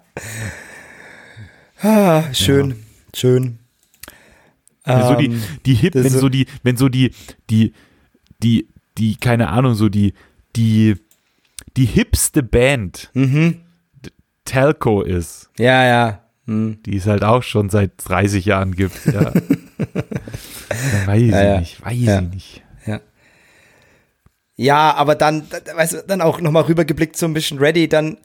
Schön. So die Hip, das wenn so die keine Ahnung, so die hipste Band Telco ist, Ja. die es halt auch schon seit 30 Jahren gibt. Ja. Dann weiß ich nicht. Ja, aber dann, weißt du, dann auch nochmal rübergeblickt zum Mission Ready, dann,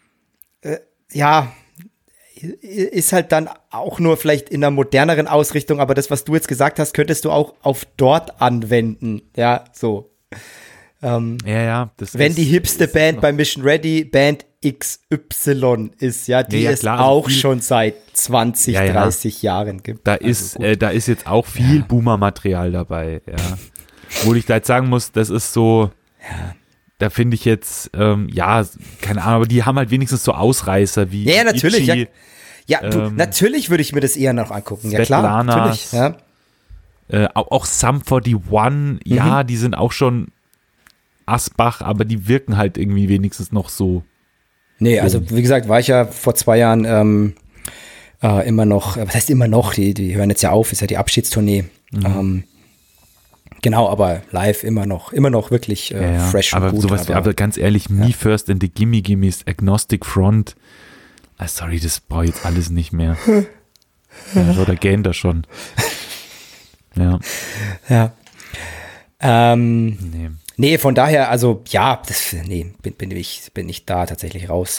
ist halt dann auch nur vielleicht in einer moderneren Ausrichtung, aber das, was du jetzt gesagt hast, könntest du auch auf dort anwenden, ja, so. Ja, das Wenn ist, die hipste ist Band noch- bei Mission Ready Band XY ist, ja, die Ja, es klar, also auch viel- schon seit 20, Ja. 30 Jahren gibt. Da Also ist, gut. da ist jetzt auch viel Boomer-Material dabei, ja. Wo ich da jetzt sagen muss, das ist so, da finde ich jetzt, keine Ahnung, aber die haben halt wenigstens so Ausreißer wie Ja, natürlich, Itchy, Ja, du, natürlich würde ich mir das eher noch angucken. Ja, klar, Svetlanas. natürlich. Ja. auch Sum 41, ja, die sind auch schon Asbach, aber die wirken halt irgendwie wenigstens noch so. Nee, also wie gesagt, war ich ja vor 2 Jahren immer noch, was heißt immer noch, die hören jetzt ja auf, ist ja die Abschiedstournee. Genau, aber live immer noch wirklich fresh und aber gut. sowas, aber ganz ehrlich, Me First and the Gimme Gimmes, Agnostic Front, sorry, das brauche ich jetzt alles nicht mehr. Oder gähnt da schon. Ja. Nee. Nee, von daher, also ja, bin ich da tatsächlich raus.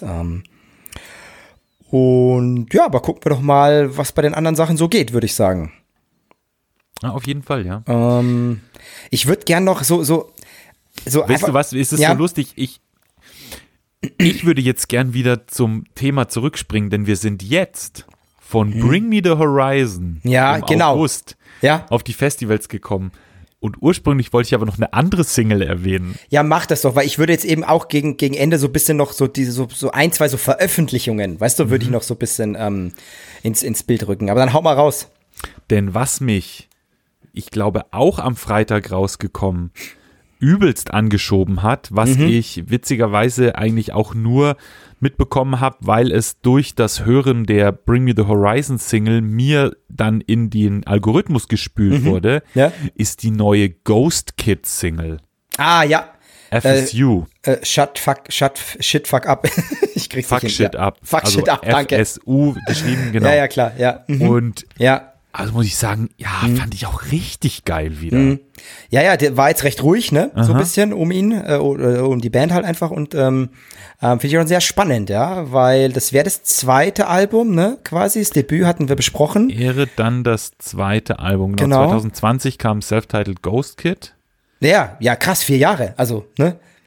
Und ja, aber gucken wir doch mal, was bei den anderen Sachen so geht, würde ich sagen. Auf jeden Fall, ja. Ich würde gern noch so Weißt du was, ist es Ja. so lustig? Ich würde jetzt gern wieder zum Thema zurückspringen, denn wir sind jetzt von Bring Me the Horizon Ja, im genau. August Ja, auf die Festivals gekommen. Und ursprünglich wollte ich aber noch eine andere Single erwähnen. ja, mach das doch, weil ich würde jetzt eben auch gegen Ende so ein bisschen noch so diese so ein, zwei so Veröffentlichungen, weißt du, würde ich noch so ein bisschen ins Bild rücken. Aber dann hau mal raus. Denn was mich, ich glaube, auch am Freitag rausgekommen, übelst angeschoben hat, was ich witzigerweise eigentlich auch nur mitbekommen habe, weil es durch das Hören der Bring Me the Horizon Single mir dann in den Algorithmus gespült wurde, Ja. ist die neue Ghost Kid Single. Ah, ja. FSU. Shit, fuck up. Ich krieg's Fuck nicht hin. Shit Ja. Up. Fuck also shit up, danke. FSU geschrieben, genau. Ja, klar, ja. Und Ja. also muss ich sagen, fand ich auch richtig geil wieder. Ja, der war jetzt recht ruhig, ne? So ein bisschen um ihn, um die Band halt einfach und finde ich auch sehr spannend, ja, weil das wäre das zweite Album, ne? Quasi, das Debüt hatten wir besprochen. Wäre dann das zweite Album. Genau. 2020 kam Self-Titled Ghost Kid. Ja, krass, 4 Jahre, also, ne?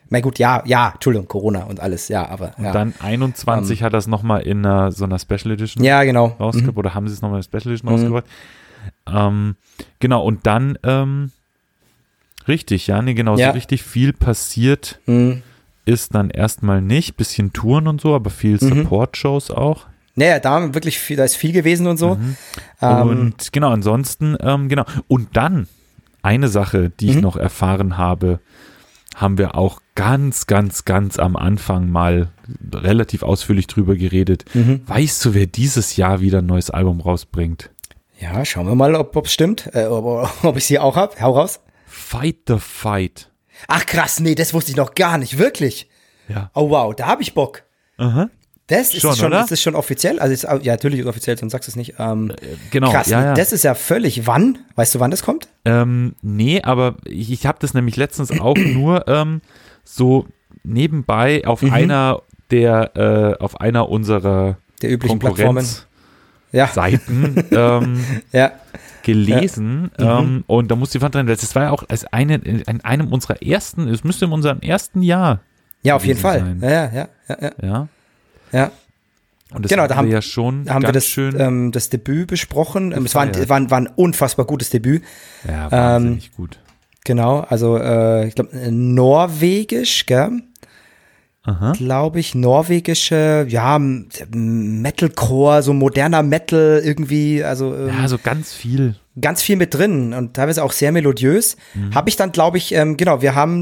Na gut, ja, Entschuldigung, Corona und alles, ja, aber Und ja. dann 21 hat das nochmal in so einer Special Edition Ja, genau. rausgebracht, oder haben sie es nochmal in der Special Edition rausgebracht. Genau, und dann, richtig, ja, nee, genau, Ja. so richtig viel passiert ist dann erstmal nicht. Bisschen Touren und so, aber viel Support-Shows auch. Naja, da wirklich viel, da ist viel gewesen und so. Und genau, ansonsten, genau. Und dann eine Sache, die ich noch erfahren habe, haben wir auch ganz, ganz, ganz am Anfang mal relativ ausführlich drüber geredet. Weißt du, wer dieses Jahr wieder ein neues Album rausbringt? Ja, schauen wir mal, ob es stimmt, ob ich sie auch habe. Hau raus. Fight the Fight. Ach krass, nee, das wusste ich noch gar nicht, wirklich. Ja. Oh wow, da habe ich Bock. Aha. Das ist Schon, schon, oder? das ist schon offiziell, also ja, natürlich ist offiziell, sonst sagst du es nicht. Genau, Krass, ja, ja. das ist ja völlig, wann? Weißt du, wann das kommt? Nee, aber ich habe das nämlich letztens auch nur so nebenbei auf einer unserer Der üblichen Plattformen. Ja, Konkurrenzseiten ja. gelesen und da musste ich dran, das war ja auch als in einem unserer ersten, es müsste in unserem ersten Jahr Ja, auf jeden gewesen Fall. sein. Ja. Ja. Und das Genau, haben da haben wir ja schon Da haben wir ganz das, schön das Debüt besprochen. Es gefeiert. war ein unfassbar gutes Debüt. ja, wahnsinnig gut. Genau, also ich glaube norwegisch, gell? Aha. Glaube ich, norwegische, ja, Metalcore, so moderner Metal irgendwie, also Ja, so ganz viel. ganz viel mit drin und teilweise auch sehr melodiös. Habe ich dann, glaube ich, genau, wir haben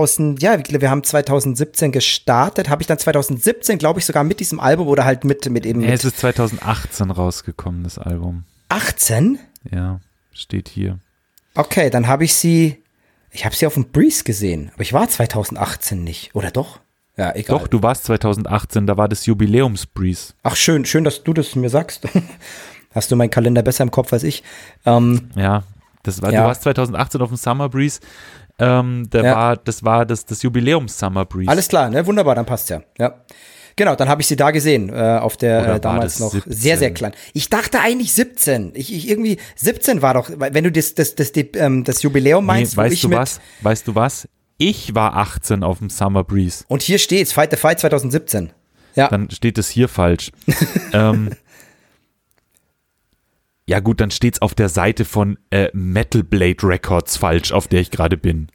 2017 gestartet, habe ich dann 2017, glaube ich, sogar mit diesem Album oder halt mit eben Ja, mit es ist 2018 rausgekommen, das Album. 18? Ja, steht hier. Okay, dann habe ich habe sie auf dem Breeze gesehen, aber ich war 2018 nicht, oder doch? Ja, egal. Doch, du warst 2018, da war das Jubiläumsbreeze. Ach, schön, dass du das mir sagst. Hast du meinen Kalender besser im Kopf als ich? Ja, du Ja. warst 2018 auf dem Summer Breeze. Das war das Jubiläums Summer Breeze. Alles klar, ne? Wunderbar, dann passt's ja. Ja. Genau, dann habe ich sie da gesehen, auf der Oder war damals das noch 17? sehr, sehr klein. Ich dachte eigentlich 17. Ich irgendwie 17 war doch, wenn du das Jubiläum meinst, wo weißt ich du mit was? Weißt du was? Ich war 18 auf dem Summer Breeze. und hier steht's, Fight the Fight 2017. Ja. Dann steht es hier falsch. Ja gut, dann steht's auf der Seite von Metal Blade Records falsch, auf der ich gerade bin.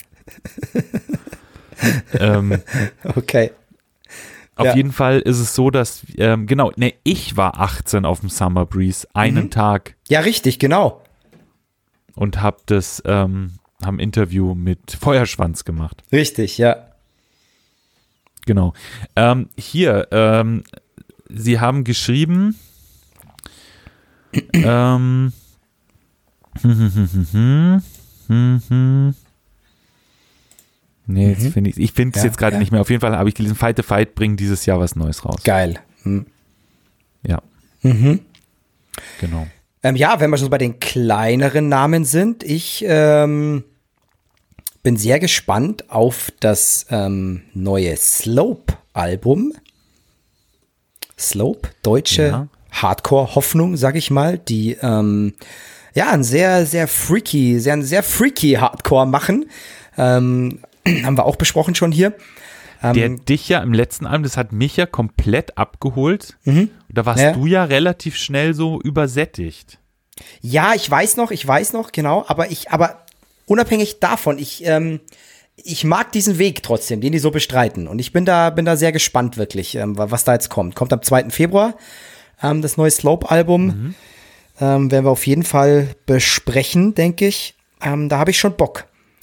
Okay. Auf Ja. jeden Fall ist es so, dass, ich war 18 auf dem Summer Breeze, einen Tag, Ja, richtig, genau. und hab ein Interview mit Feuerschwanz gemacht. Richtig, ja. Genau. Sie haben geschrieben, nee, jetzt finde ich finde es Ja, jetzt gerade ja. nicht mehr. Auf jeden Fall habe ich gelesen, Fight the Fight bringt dieses Jahr was Neues raus. Geil. Ja. Genau. Ja, wenn wir schon bei den kleineren Namen sind, ich bin sehr gespannt auf das neue Slope-Album. Slope, deutsche Ja. Hardcore-Hoffnung, sag ich mal, die ein sehr, sehr freaky Hardcore machen. Haben wir auch besprochen schon hier. Der dich ja im letzten Album, das hat mich ja komplett abgeholt. Da warst Ja. du ja relativ schnell so übersättigt. Ja, ich weiß noch, genau, aber unabhängig davon, ich mag diesen Weg trotzdem, den die so bestreiten. Und ich bin da sehr gespannt wirklich, was da jetzt kommt. Kommt am 2. Februar das neue Slope-Album. Werden wir auf jeden Fall besprechen, denke ich. Da habe ich schon Bock.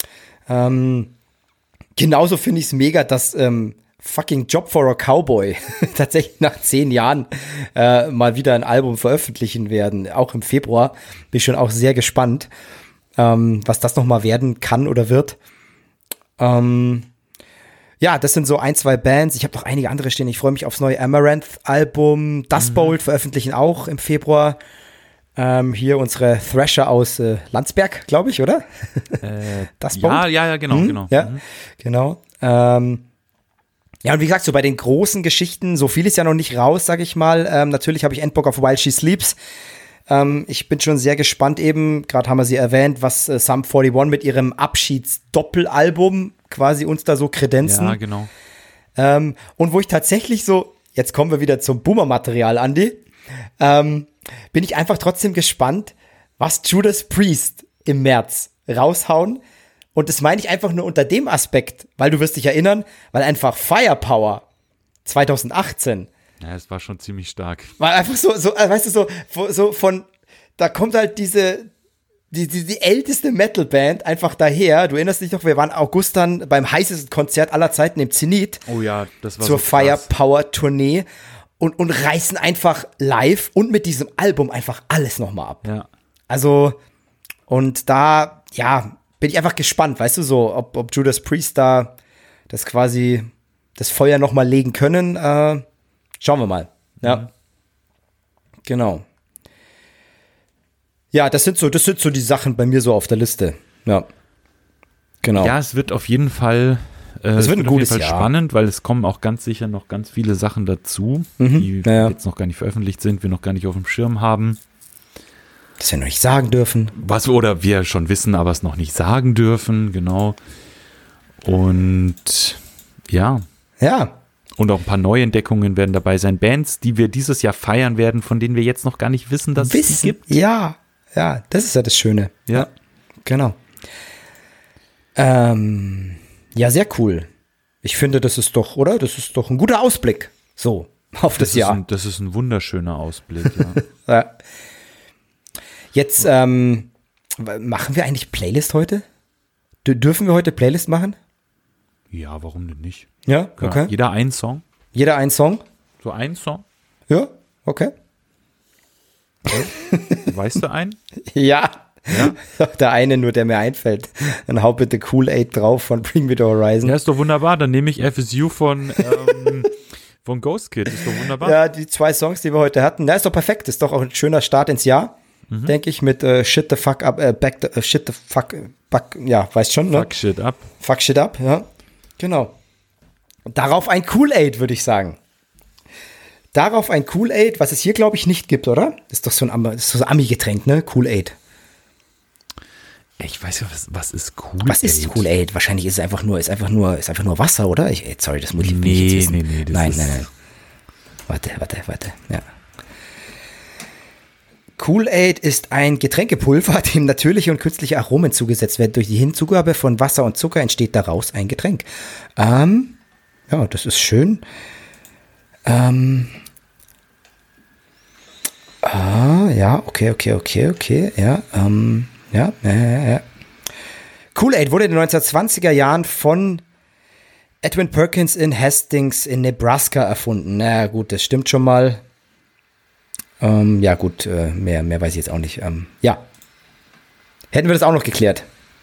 Genauso finde ich es mega, dass fucking Job for a Cowboy tatsächlich nach 10 Jahren mal wieder ein Album veröffentlichen werden, auch im Februar. Bin ich schon auch sehr gespannt, was das nochmal werden kann oder wird. Ja, das sind so 1, 2 Bands. Ich habe noch einige andere stehen. Ich freue mich aufs neue Amaranth-Album. Dust Bowl veröffentlichen auch im Februar. Hier unsere Thrasher aus Landsberg, glaube ich, oder? Dust Bowl? Ja, genau. Ja, genau. Ja, und wie gesagt, so bei den großen Geschichten, so viel ist ja noch nicht raus, sag ich mal. Natürlich habe ich Endbock auf While She Sleeps. Ich bin schon sehr gespannt eben, gerade haben wir sie erwähnt, was Sum 41 mit ihrem Abschiedsdoppelalbum quasi uns da so kredenzen. Ja, genau. Und wo ich tatsächlich so, jetzt kommen wir wieder zum Boomer-Material, Andi, bin ich einfach trotzdem gespannt, was Judas Priest im März raushauen. Und das meine ich einfach nur unter dem Aspekt, weil du wirst dich erinnern, weil einfach Firepower 2018 Ja, es war schon ziemlich stark. war einfach so, weißt du, so von, da kommt halt die älteste Metalband einfach daher. Du erinnerst dich doch, wir waren August dann beim heißesten Konzert aller Zeiten im Zenit Oh ja, das war zur so krass. Firepower-Tournee und reißen einfach live und mit diesem Album einfach alles nochmal ab. Ja. Also, und da, ja, bin ich einfach gespannt, weißt du, so, ob Judas Priest da das quasi, das Feuer nochmal legen können. Schauen wir mal. Ja. Genau. Ja, das sind so die Sachen bei mir so auf der Liste. Ja. Genau. Ja, es wird auf jeden Fall, Es wird ein gutes auf jeden Fall Jahr. spannend, weil es kommen auch ganz sicher noch ganz viele Sachen dazu, die ja. jetzt noch gar nicht veröffentlicht sind, wir noch gar nicht auf dem Schirm haben. Das wir noch nicht sagen dürfen. Was oder wir schon wissen, aber es noch nicht sagen dürfen, genau. Und ja, Ja. und auch ein paar Neuentdeckungen werden dabei sein. Bands, die wir dieses Jahr feiern werden, von denen wir jetzt noch gar nicht wissen, dass es die gibt. Ja. Ja, das ist ja das Schöne. Ja. Genau. Ja, sehr cool. Ich finde, das ist doch, oder? Das ist doch ein guter Ausblick. So, auf das Jahr. Das ist ein wunderschöner Ausblick, ja. Ja. Jetzt, machen wir eigentlich Playlist heute? Dürfen wir heute Playlist machen? Ja, warum denn nicht? Ja, Ja, okay. jeder ein Song. Jeder einen Song? So ein Song. Ja, okay. Weißt du einen? Ja. Ja. Der eine nur, der mir einfällt. Dann hau bitte Kool-Aid drauf von Bring Me the Horizon. Ja, ist doch wunderbar. Dann nehme ich FSU von Ghost Kid. Ist doch wunderbar. Ja, die 2 Songs, die wir heute hatten. Ja, ist doch perfekt. Ist doch auch ein schöner Start ins Jahr. Denke ich, mit Shit the Fuck Up, Shit the Fuck Back, ja, weißt schon, ne? Fuck shit up. Fuck Shit Up, ja. Genau. Und darauf ein Kool-Aid, würde ich sagen. Darauf ein Kool-Aid, was es hier, glaube ich, nicht gibt, oder? Das ist doch so ein Ami-Getränk, ne? Kool-Aid. Ich weiß ja, was ist Kool-Aid? Was ist Kool-Aid? Wahrscheinlich ist es einfach nur Wasser, oder? Sorry, das muss ich nicht jetzt wissen. Nee, das Nein, ist- nein. Warte. Ja. Kool-Aid ist ein Getränkepulver, dem natürliche und künstliche Aromen zugesetzt werden. Durch die Hinzugabe von Wasser und Zucker entsteht daraus ein Getränk. Ja, das ist schön. Ja, okay. Ja, ja. Kool-Aid wurde in den 1920er Jahren von Edwin Perkins in Hastings in Nebraska erfunden. Na gut, das stimmt schon mal. Ja gut, mehr weiß ich jetzt auch nicht. Ja. Hätten wir das auch noch geklärt.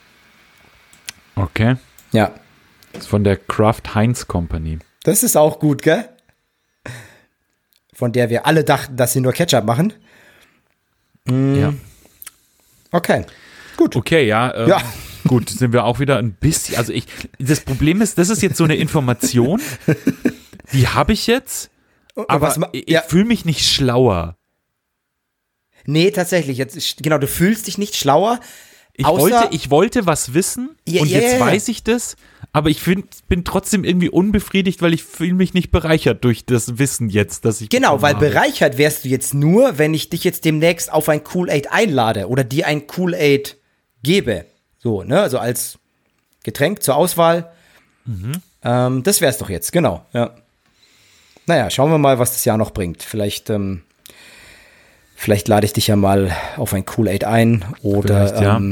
Okay. Ja. Das ist von der Kraft Heinz Company. Das ist auch gut, gell? Von der wir alle dachten, dass sie nur Ketchup machen. Ja. Okay. Gut. Okay, ja. Ja. Gut, sind wir auch wieder ein bisschen. Also das Problem ist, das ist jetzt so eine Information, die habe ich jetzt, aber ich fühle mich nicht schlauer. Nee, tatsächlich. Genau, du fühlst dich nicht schlauer. Ich wollte was wissen und jetzt weiß ich das, aber ich bin trotzdem irgendwie unbefriedigt, weil ich fühle mich nicht bereichert durch das Wissen jetzt, dass ich Genau, weil habe. bereichert wärst du jetzt nur, wenn ich dich jetzt demnächst auf ein Kool-Aid einlade oder dir ein Kool-Aid gebe. So, ne, also als Getränk zur Auswahl. Das wär's doch jetzt, genau, ja. Naja, schauen wir mal, was das Jahr noch bringt. Vielleicht lade ich dich ja mal auf ein Kool-Aid ein oder Vielleicht, ja.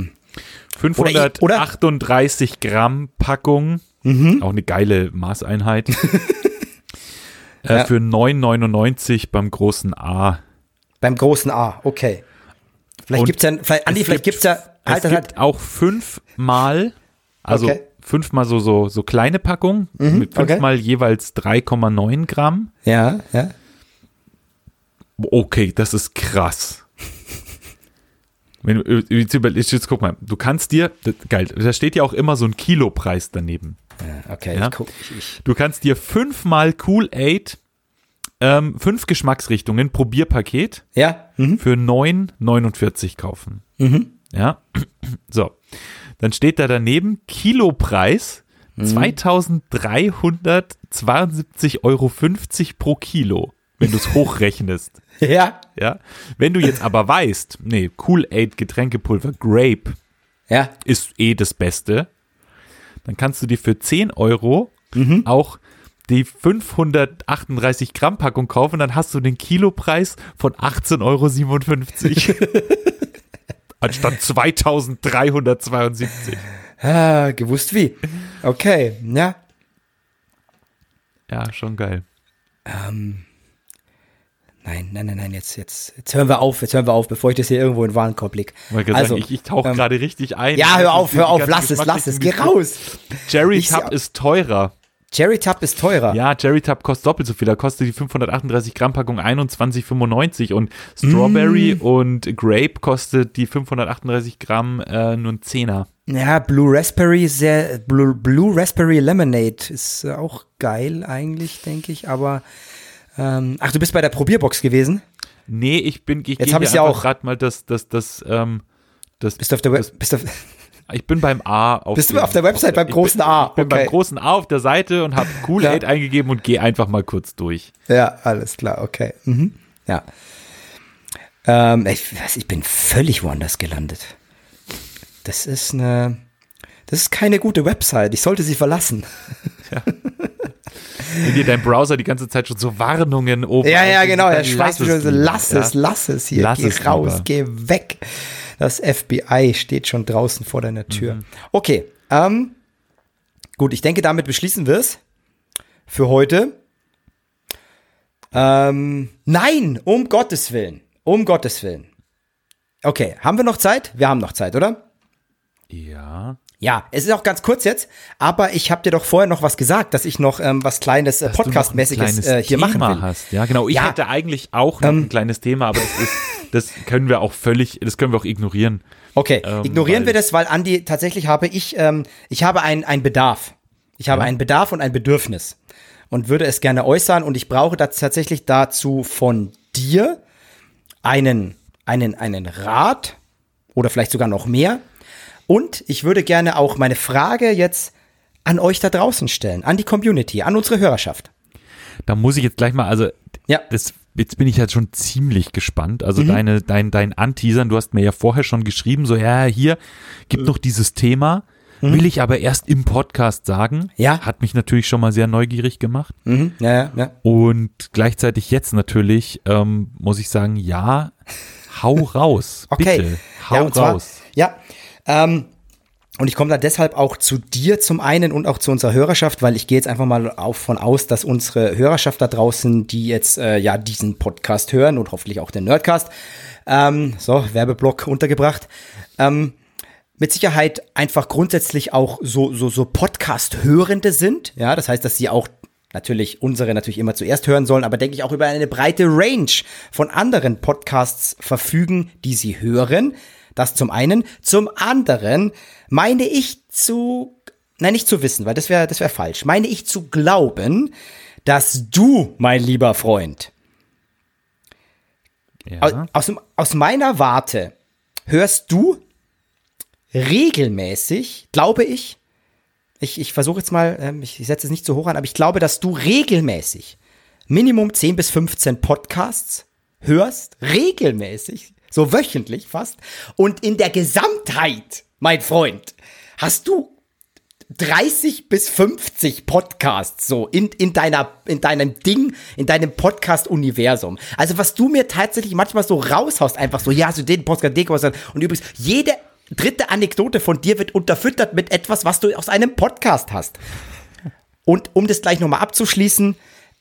538 Gramm Packung, auch eine geile Maßeinheit. Ja. Für 9,99 beim großen A. beim großen A, okay. Vielleicht Und gibt's ja, vielleicht gibt's ja, Es gibt auch 5-mal, also Okay. 5-mal so kleine Packungen, mit 5-mal jeweils 3,9 Gramm. Ja. Okay, das ist krass. Wenn du jetzt guck mal, du kannst dir, geil, da steht ja auch immer so ein Kilopreis daneben. Okay, Ja. Du kannst dir 5-mal Kool-Aid, 5 Geschmacksrichtungen pro Bierpaket Ja, für 9,49 kaufen. Ja, so. Dann steht da daneben Kilopreis 2.372,50 Euro pro Kilo, wenn du es hochrechnest. Ja. Ja. Wenn du jetzt aber weißt, Kool-Aid Getränkepulver Grape ist das Beste, dann kannst du dir für 10 Euro auch die 538 Gramm Packung kaufen, dann hast du den Kilopreis von 18,57 Euro. Anstatt 2.372. Gewusst wie. Okay, ja. Ja, schon geil. Nein, jetzt hören wir auf, bevor ich das hier irgendwo in den Warenkorb leg. Also, ich tauche gerade richtig ein. Ja, hör auf, lass es, geh raus. Cherry Tub ist teurer. Cherry Tub ist teurer. Ja, Cherry Tub kostet doppelt so viel. Da kostet die 538 Gramm Packung 21,95 und Strawberry und Grape kostet die 538 Gramm nur ein Zehner. Ja, Blue Raspberry Lemonade ist auch geil eigentlich, denke ich, aber du bist bei der Probierbox gewesen? Nee, ich jetzt habe ich ja auch gerade mal das bist du auf der ich bin beim A. Bist du auf der Website beim großen A? Ich bin beim großen A auf der Seite und habe Kool-Aid eingegeben und gehe einfach mal kurz durch. Ja, alles klar, okay. Ja. Ich bin völlig woanders gelandet. Das ist keine gute Website. Ich sollte sie verlassen. Ja. Wenn dir dein Browser die ganze Zeit schon so Warnungen oben. Ja, genau. Er schmeißt mich schon so, lass es hier, geh raus, lieber. Geh weg. Das FBI steht schon draußen vor deiner Tür. Okay, gut, ich denke, damit beschließen wir es für heute. Nein, um Gottes Willen. Okay, haben wir noch Zeit? Wir haben noch Zeit, oder? Ja. Ja, es ist auch ganz kurz jetzt, aber ich habe dir doch vorher noch was gesagt, dass ich noch was kleines Podcast-mäßiges hier machen will. Hast. Ja, genau. Ich hätte eigentlich auch noch ein kleines Thema, aber das können wir auch ignorieren. Okay, ignorieren wir das, weil Andi, tatsächlich habe ich habe einen Bedarf. Ich habe einen Bedarf und ein Bedürfnis und würde es gerne äußern und ich brauche tatsächlich dazu von dir einen Rat oder vielleicht sogar noch mehr. Und ich würde gerne auch meine Frage jetzt an euch da draußen stellen, an die Community, an unsere Hörerschaft. Da muss ich jetzt gleich mal, jetzt bin ich jetzt schon ziemlich gespannt. Also dein Anteasern, du hast mir ja vorher schon geschrieben, so hier gibt noch dieses Thema, will ich aber erst im Podcast sagen. Ja. Hat mich natürlich schon mal sehr neugierig gemacht. Ja. Und gleichzeitig jetzt natürlich muss ich sagen, hau raus, okay. Bitte, hau raus. Und ich komme da deshalb auch zu dir zum einen und auch zu unserer Hörerschaft, weil ich gehe jetzt einfach mal davon aus, dass unsere Hörerschaft da draußen, die jetzt diesen Podcast hören und hoffentlich auch den Nerdcast, Werbeblock untergebracht, mit Sicherheit einfach grundsätzlich auch so Podcast-Hörende sind. Ja, das heißt, dass sie auch unsere immer zuerst hören sollen, aber denke ich auch über eine breite Range von anderen Podcasts verfügen, die sie hören. Das zum einen. Zum anderen meine ich nicht zu wissen, weil das wäre falsch. Meine ich zu glauben, dass du, mein lieber Freund, aus meiner Warte hörst du regelmäßig, glaube ich versuche jetzt mal, ich setze es nicht zu hoch an, aber ich glaube, dass du regelmäßig Minimum 10 bis 15 Podcasts hörst, regelmäßig, so wöchentlich fast, und in der Gesamtheit, mein Freund, hast du 30 bis 50 Podcasts so in deinem Podcast-Universum. Also was du mir tatsächlich manchmal so raushaust, einfach so, so den Podcast, und übrigens, jede dritte Anekdote von dir wird unterfüttert mit etwas, was du aus einem Podcast hast. Und um das gleich nochmal abzuschließen,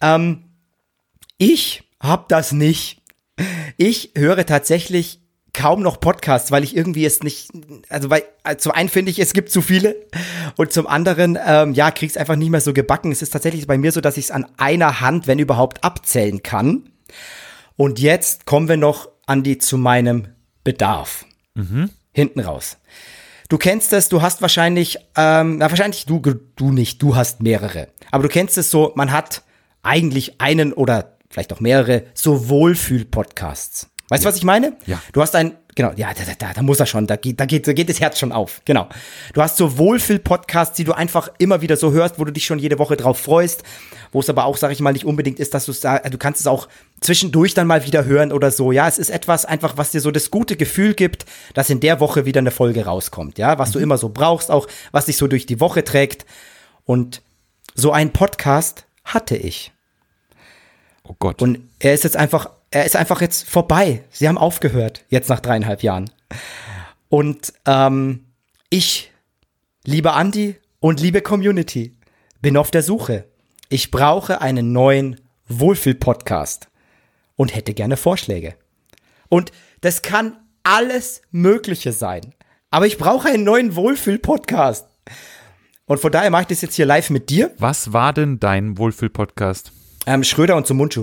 ich habe das nicht. Ich höre tatsächlich kaum noch Podcasts, weil ich irgendwie es nicht, weil zum einen finde ich, es gibt zu viele und zum anderen, krieg's einfach nicht mehr so gebacken. Es ist tatsächlich bei mir so, dass ich es an einer Hand, wenn überhaupt, abzählen kann. Und jetzt kommen wir noch, Andi, zu meinem Bedarf. Hinten raus. Du kennst es, du hast wahrscheinlich du nicht, du hast mehrere. Aber du kennst es so, man hat eigentlich einen oder vielleicht auch mehrere so Wohlfühl-Podcasts. Weißt du, was ich meine? Ja. Du hast ein genau, ja, da muss er schon, da geht das Herz schon auf, genau. Du hast so Wohlfühl-Podcasts, die du einfach immer wieder so hörst, wo du dich schon jede Woche drauf freust, wo es aber auch, sag ich mal, nicht unbedingt ist, dass du kannst es auch zwischendurch dann mal wieder hören oder so, ja, es ist etwas einfach, was dir so das gute Gefühl gibt, dass in der Woche wieder eine Folge rauskommt, ja, was du immer so brauchst, auch was dich so durch die Woche trägt, und so einen Podcast hatte ich. Oh Gott. Und er ist einfach jetzt vorbei. Sie haben aufgehört, jetzt nach 3,5 Jahren. Und ich, liebe Andi und liebe Community, bin auf der Suche. Ich brauche einen neuen Wohlfühl-Podcast und hätte gerne Vorschläge. Und das kann alles Mögliche sein. Aber ich brauche einen neuen Wohlfühl-Podcast. Und von daher mache ich das jetzt hier live mit dir. Was war denn dein Wohlfühl-Podcast? Schröder und zum Mundschutz.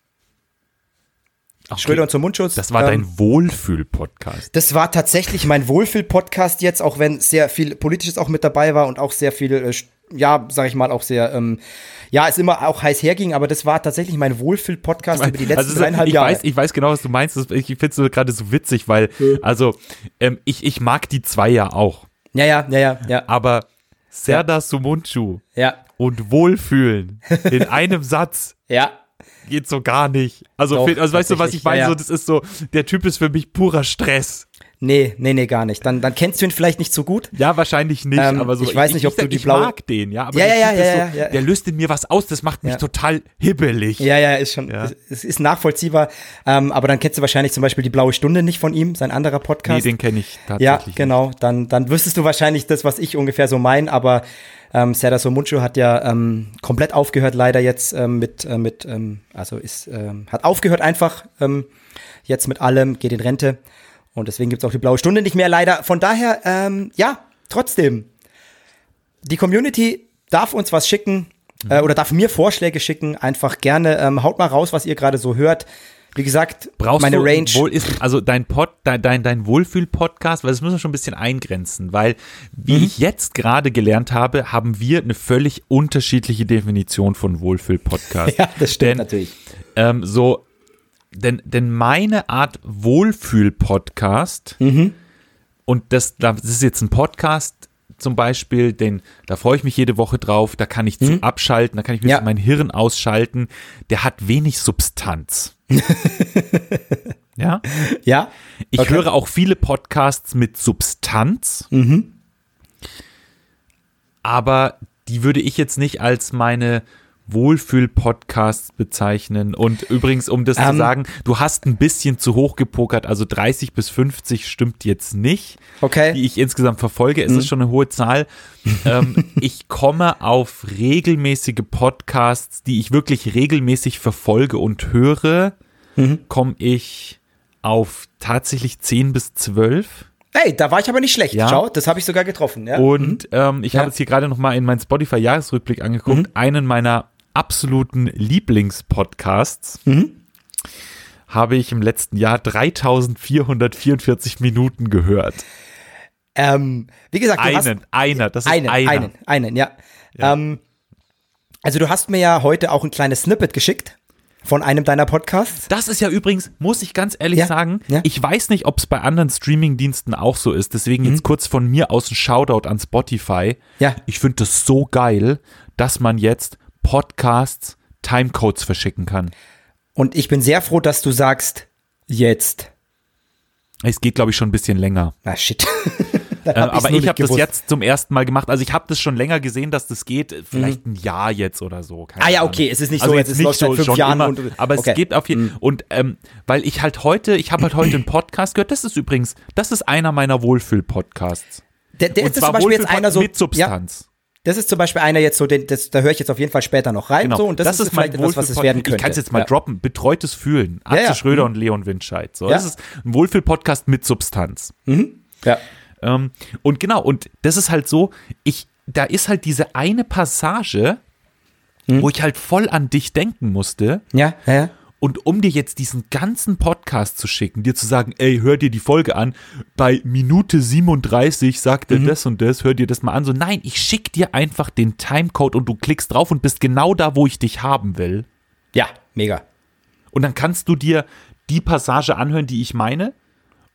Okay. Schröder und zum Mundschutz. Das war dein Wohlfühl-Podcast. Das war tatsächlich mein Wohlfühl-Podcast jetzt, auch wenn sehr viel Politisches auch mit dabei war und auch sehr viel, sag ich mal, auch sehr, es immer auch heiß herging, aber das war tatsächlich mein Wohlfühl-Podcast über die letzten 3,5 Jahre. Ich weiß genau, was du meinst. Ich finde es so gerade so witzig, weil, ich mag die zwei ja auch. Ja. Aber Serdar Sumuncu und Wohlfühlen in einem Satz. Ja. Geht so gar nicht. Also weißt du, was ich meine? Ja. So, das ist so, der Typ ist für mich purer Stress. Nee, gar nicht. Dann kennst du ihn vielleicht nicht so gut. Ja, wahrscheinlich nicht, aber so. Ich weiß nicht, ob du die blaue... Ich mag den, ja. Aber der löst in mir was aus, das macht mich total hibbelig. Ja, ist schon, es ist nachvollziehbar. Aber dann kennst du wahrscheinlich zum Beispiel die Blaue Stunde nicht von ihm, sein anderer Podcast. Nee, den kenne ich tatsächlich nicht. Ja, genau. Dann wüsstest du wahrscheinlich das, was ich ungefähr so meine, aber Serdar Somuncu hat ja komplett aufgehört, leider jetzt hat aufgehört einfach jetzt mit allem, geht in Rente. Und deswegen gibt es auch die Blaue Stunde nicht mehr, leider. Von daher, trotzdem. Die Community darf uns was schicken oder darf mir Vorschläge schicken. Einfach gerne. Haut mal raus, was ihr gerade so hört. Wie gesagt, meine Range. Dein Wohlfühl-Podcast, weil das müssen wir schon ein bisschen eingrenzen, weil, wie ich jetzt gerade gelernt habe, haben wir eine völlig unterschiedliche Definition von Wohlfühl-Podcast. Ja, das stimmt natürlich. Denn meine Art Wohlfühl-Podcast, und das ist jetzt ein Podcast zum Beispiel, da freue ich mich jede Woche drauf, da kann ich abschalten, da kann ich ein bisschen mein Hirn ausschalten, der hat wenig Substanz. Ja? Ja. Ich höre auch viele Podcasts mit Substanz, aber die würde ich jetzt nicht als meine Wohlfühl-Podcasts bezeichnen. Und übrigens, um das zu sagen, du hast ein bisschen zu hoch gepokert, also 30 bis 50 stimmt jetzt nicht, die ich insgesamt verfolge. Es ist schon eine hohe Zahl. Ich komme auf regelmäßige Podcasts, die ich wirklich regelmäßig verfolge und höre, komme ich auf tatsächlich 10 bis 12. Hey, da war ich aber nicht schlecht. Ja. Schau, das habe ich sogar getroffen. Ja. Und ich habe jetzt hier gerade noch mal in meinen Spotify-Jahresrückblick angeguckt. Einen meiner absoluten Lieblingspodcasts habe ich im letzten Jahr 3444 Minuten gehört. Wie gesagt, einen, ja. Also du hast mir ja heute auch ein kleines Snippet geschickt von einem deiner Podcasts. Das ist ja übrigens, muss ich ganz ehrlich sagen, ich weiß nicht, ob es bei anderen Streamingdiensten auch so ist, deswegen jetzt kurz von mir aus ein Shoutout an Spotify. Ja. Ich finde das so geil, dass man jetzt Podcasts Timecodes verschicken kann. Und ich bin sehr froh, dass du sagst, jetzt. Es geht, glaube ich, schon ein bisschen länger. Ah, shit. Aber ich habe das jetzt zum ersten Mal gemacht. Also ich habe das schon länger gesehen, dass das geht. Vielleicht ein Jahr jetzt oder so. Keine Ahnung. Es ist nicht so, jetzt ist es seit 5 Jahren. Aber es geht auf jeden Fall. Und weil ich habe heute einen Podcast gehört. Das ist einer meiner Wohlfühl-Podcasts. Der ist zum Beispiel jetzt einer so mit Substanz. Ja. Das ist zum Beispiel einer jetzt so, da höre ich jetzt auf jeden Fall später noch rein. Genau. So, und das ist vielleicht etwas, was es werden könnte. Ich kann es jetzt mal droppen. Betreutes Fühlen. Atze Schröder und Leon Winscheid. So, das ist ein Wohlfühl-Podcast mit Substanz. Ja. Und genau, und das ist halt so, da ist halt diese eine Passage, wo ich halt voll an dich denken musste. Ja. Und um dir jetzt diesen ganzen Podcast zu schicken, dir zu sagen, ey, hör dir die Folge an, bei Minute 37 sagt er das und das, hör dir das mal an. So, nein, ich schick dir einfach den Timecode und du klickst drauf und bist genau da, wo ich dich haben will. Ja, mega. Und dann kannst du dir die Passage anhören, die ich meine.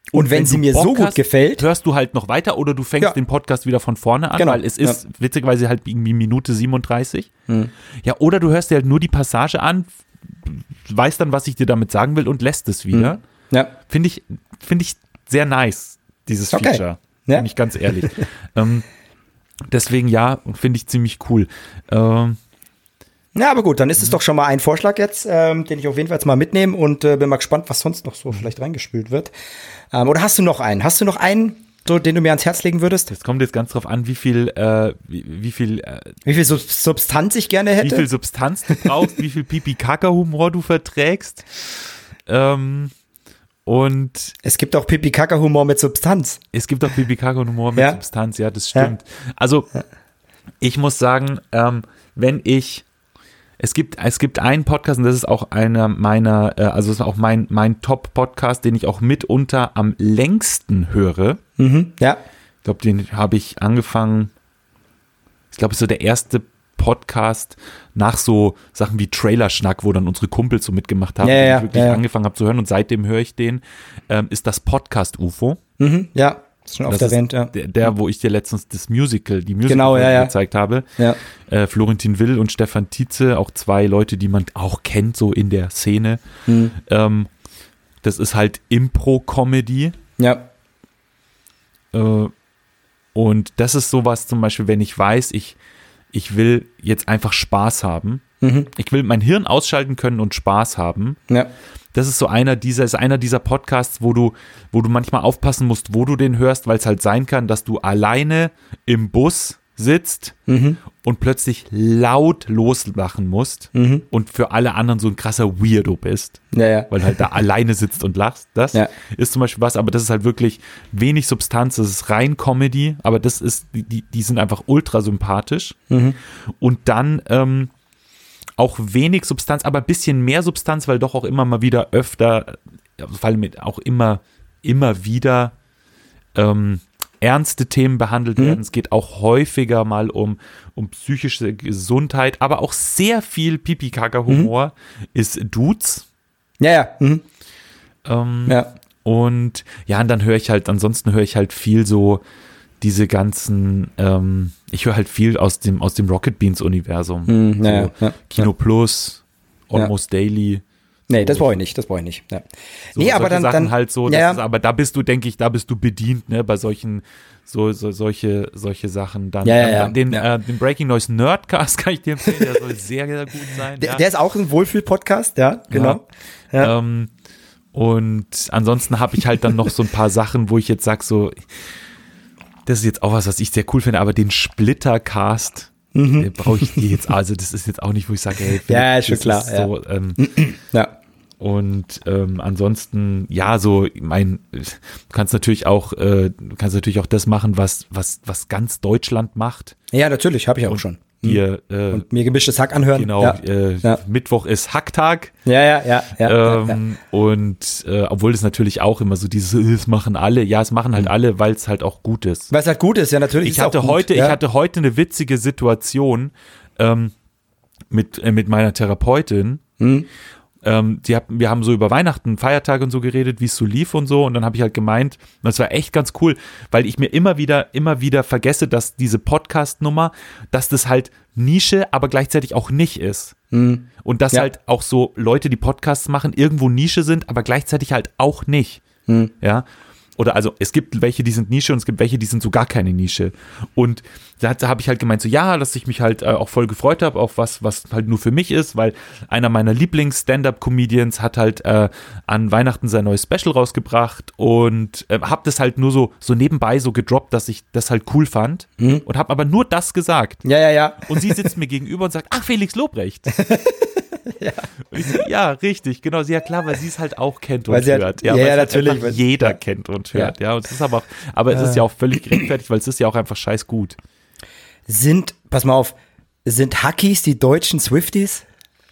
Und wenn sie du mir Bock so gut hast, gefällt, hörst du halt noch weiter oder du fängst Ja. den Podcast wieder von vorne an, Genau. weil es ist witzigerweise halt irgendwie Minute 37. Ja, oder du hörst dir halt nur die Passage an, weißt dann, was ich dir damit sagen will und lässt es wieder. ja. Finde ich sehr nice, dieses Okay. Feature. Ja. Bin ich ganz ehrlich. Deswegen ja, finde ich ziemlich cool. Ja, aber gut, dann ist es doch schon mal ein Vorschlag jetzt, den ich auf jeden Fall jetzt mal mitnehme und bin mal gespannt, was sonst noch so vielleicht reingespült wird. Oder hast du noch einen? Hast du noch einen, so, den du mir ans Herz legen würdest? Das kommt jetzt ganz drauf an, wie viel Wie viel Substanz ich gerne hätte? Substanz du brauchst, wie viel Pipi-Kaka-Humor du verträgst. Und Es gibt auch Pipi-Kaka-Humor mit Substanz. es gibt auch Pipi-Kaka-Humor mit Ja. Substanz, ja, das stimmt. Also, ich muss sagen, es gibt einen Podcast und das ist auch einer meiner, also es ist auch mein Top-Podcast, den ich auch mitunter am längsten höre. Ja. Ich glaube, den habe ich angefangen, ich glaube, es ist so der erste Podcast nach so Sachen wie Trailerschnack, wo dann unsere Kumpels so mitgemacht haben, Ja, den ja, ich wirklich ja. angefangen habe zu hören und seitdem höre ich den, ist das Podcast UFO. Ja, ist schon oft Das erwähnt, ist ja. der, wo ich dir letztens die Musical Genau, ja. gezeigt habe. Ja. Florentin Will und Stefan Tietze, auch zwei Leute, die man auch kennt, so in der Szene. Das ist halt Impro-Comedy. Ja. Und das ist sowas zum Beispiel, wenn ich weiß, ich will jetzt einfach Spaß haben. Ich will mein Hirn ausschalten können und Spaß haben. Ja. Das ist so einer dieser Podcasts, wo du manchmal aufpassen musst, wo du den hörst, weil es halt sein kann, dass du alleine im Bus sitzt und plötzlich laut loslachen musst und für alle anderen so ein krasser Weirdo bist, Ja. weil du halt da alleine sitzt und lachst. Das Ja. ist zum Beispiel was, aber das ist halt wirklich wenig Substanz, das ist rein Comedy, aber das ist, die sind einfach ultra sympathisch. Und dann auch wenig Substanz, aber ein bisschen mehr Substanz, weil doch auch immer mal wieder öfter, vor allem auch immer wieder ernste Themen behandelt werden. Es geht auch häufiger mal um psychische Gesundheit, aber auch sehr viel Pipi-Kaka-Humor ist Dudes. Ja. Ja. Und ja, und dann ansonsten höre ich halt viel so diese ganzen, ich höre halt viel aus dem Rocket Beans Universum. Ja. Kino Plus, Almost Daily. Nee, das brauche ich nicht. Ja. So, Nee, aber solche dann Sachen halt so, ja. aber da bist du bedient, ne, bei solche Sachen. Dann, Ja. Den Breaking Noise Nerdcast kann ich dir empfehlen, der soll sehr, sehr gut sein. Der ist auch ein Wohlfühl-Podcast, ja, genau. Ja. Und ansonsten habe ich halt dann noch so ein paar Sachen, wo ich jetzt sage, so, das ist jetzt auch was ich sehr cool finde, aber den Splittercast, brauche ich dir jetzt, also das ist jetzt auch nicht, wo ich sage, hey, Philipp, Ja, ist schon das klar, ist ja. so, Ja. und ansonsten, ja, so, du kannst natürlich auch das machen, was ganz Deutschland macht. Ja, natürlich, habe ich auch schon. Dir, Und mir gemischtes Hack anhören. genau, Ja. Mittwoch ist Hacktag. Ja. Und obwohl es natürlich auch immer so dieses, es machen alle, ja, es machen halt alle, weil es halt auch gut ist. Weil es halt gut ist, ja, natürlich. Ich hatte heute eine witzige Situation mit meiner Therapeutin. Wir haben so über Weihnachten, Feiertage und so geredet, wie es so lief und so. Und dann habe ich halt gemeint, das war echt ganz cool, weil ich mir immer wieder vergesse, dass diese Podcast-Nummer, dass das halt Nische, aber gleichzeitig auch nicht ist. Und dass halt auch so Leute, die Podcasts machen, irgendwo Nische sind, aber gleichzeitig halt auch nicht. Ja. Oder also es gibt welche, die sind Nische und es gibt welche, die sind so gar keine Nische. Und da habe ich halt gemeint, so ja, dass ich mich halt auch voll gefreut habe auf was halt nur für mich ist, weil einer meiner Lieblings-Stand-Up-Comedians hat halt an Weihnachten sein neues Special rausgebracht und habe das halt nur so nebenbei so gedroppt, dass ich das halt cool fand und habe aber nur das gesagt. Ja. Und sie sitzt mir gegenüber und sagt, ach, Felix Lobrecht. Und ich so, ja, richtig, genau, ja klar, weil sie es halt auch kennt und Weil sie halt- hört. ja, weil es halt natürlich, einfach weil- jeder kennt und hört, ja. Und es ist aber es ist ja auch völlig gerechtfertigt, weil es ist ja auch einfach scheiß gut. Pass mal auf, sind Hackies die deutschen Swifties?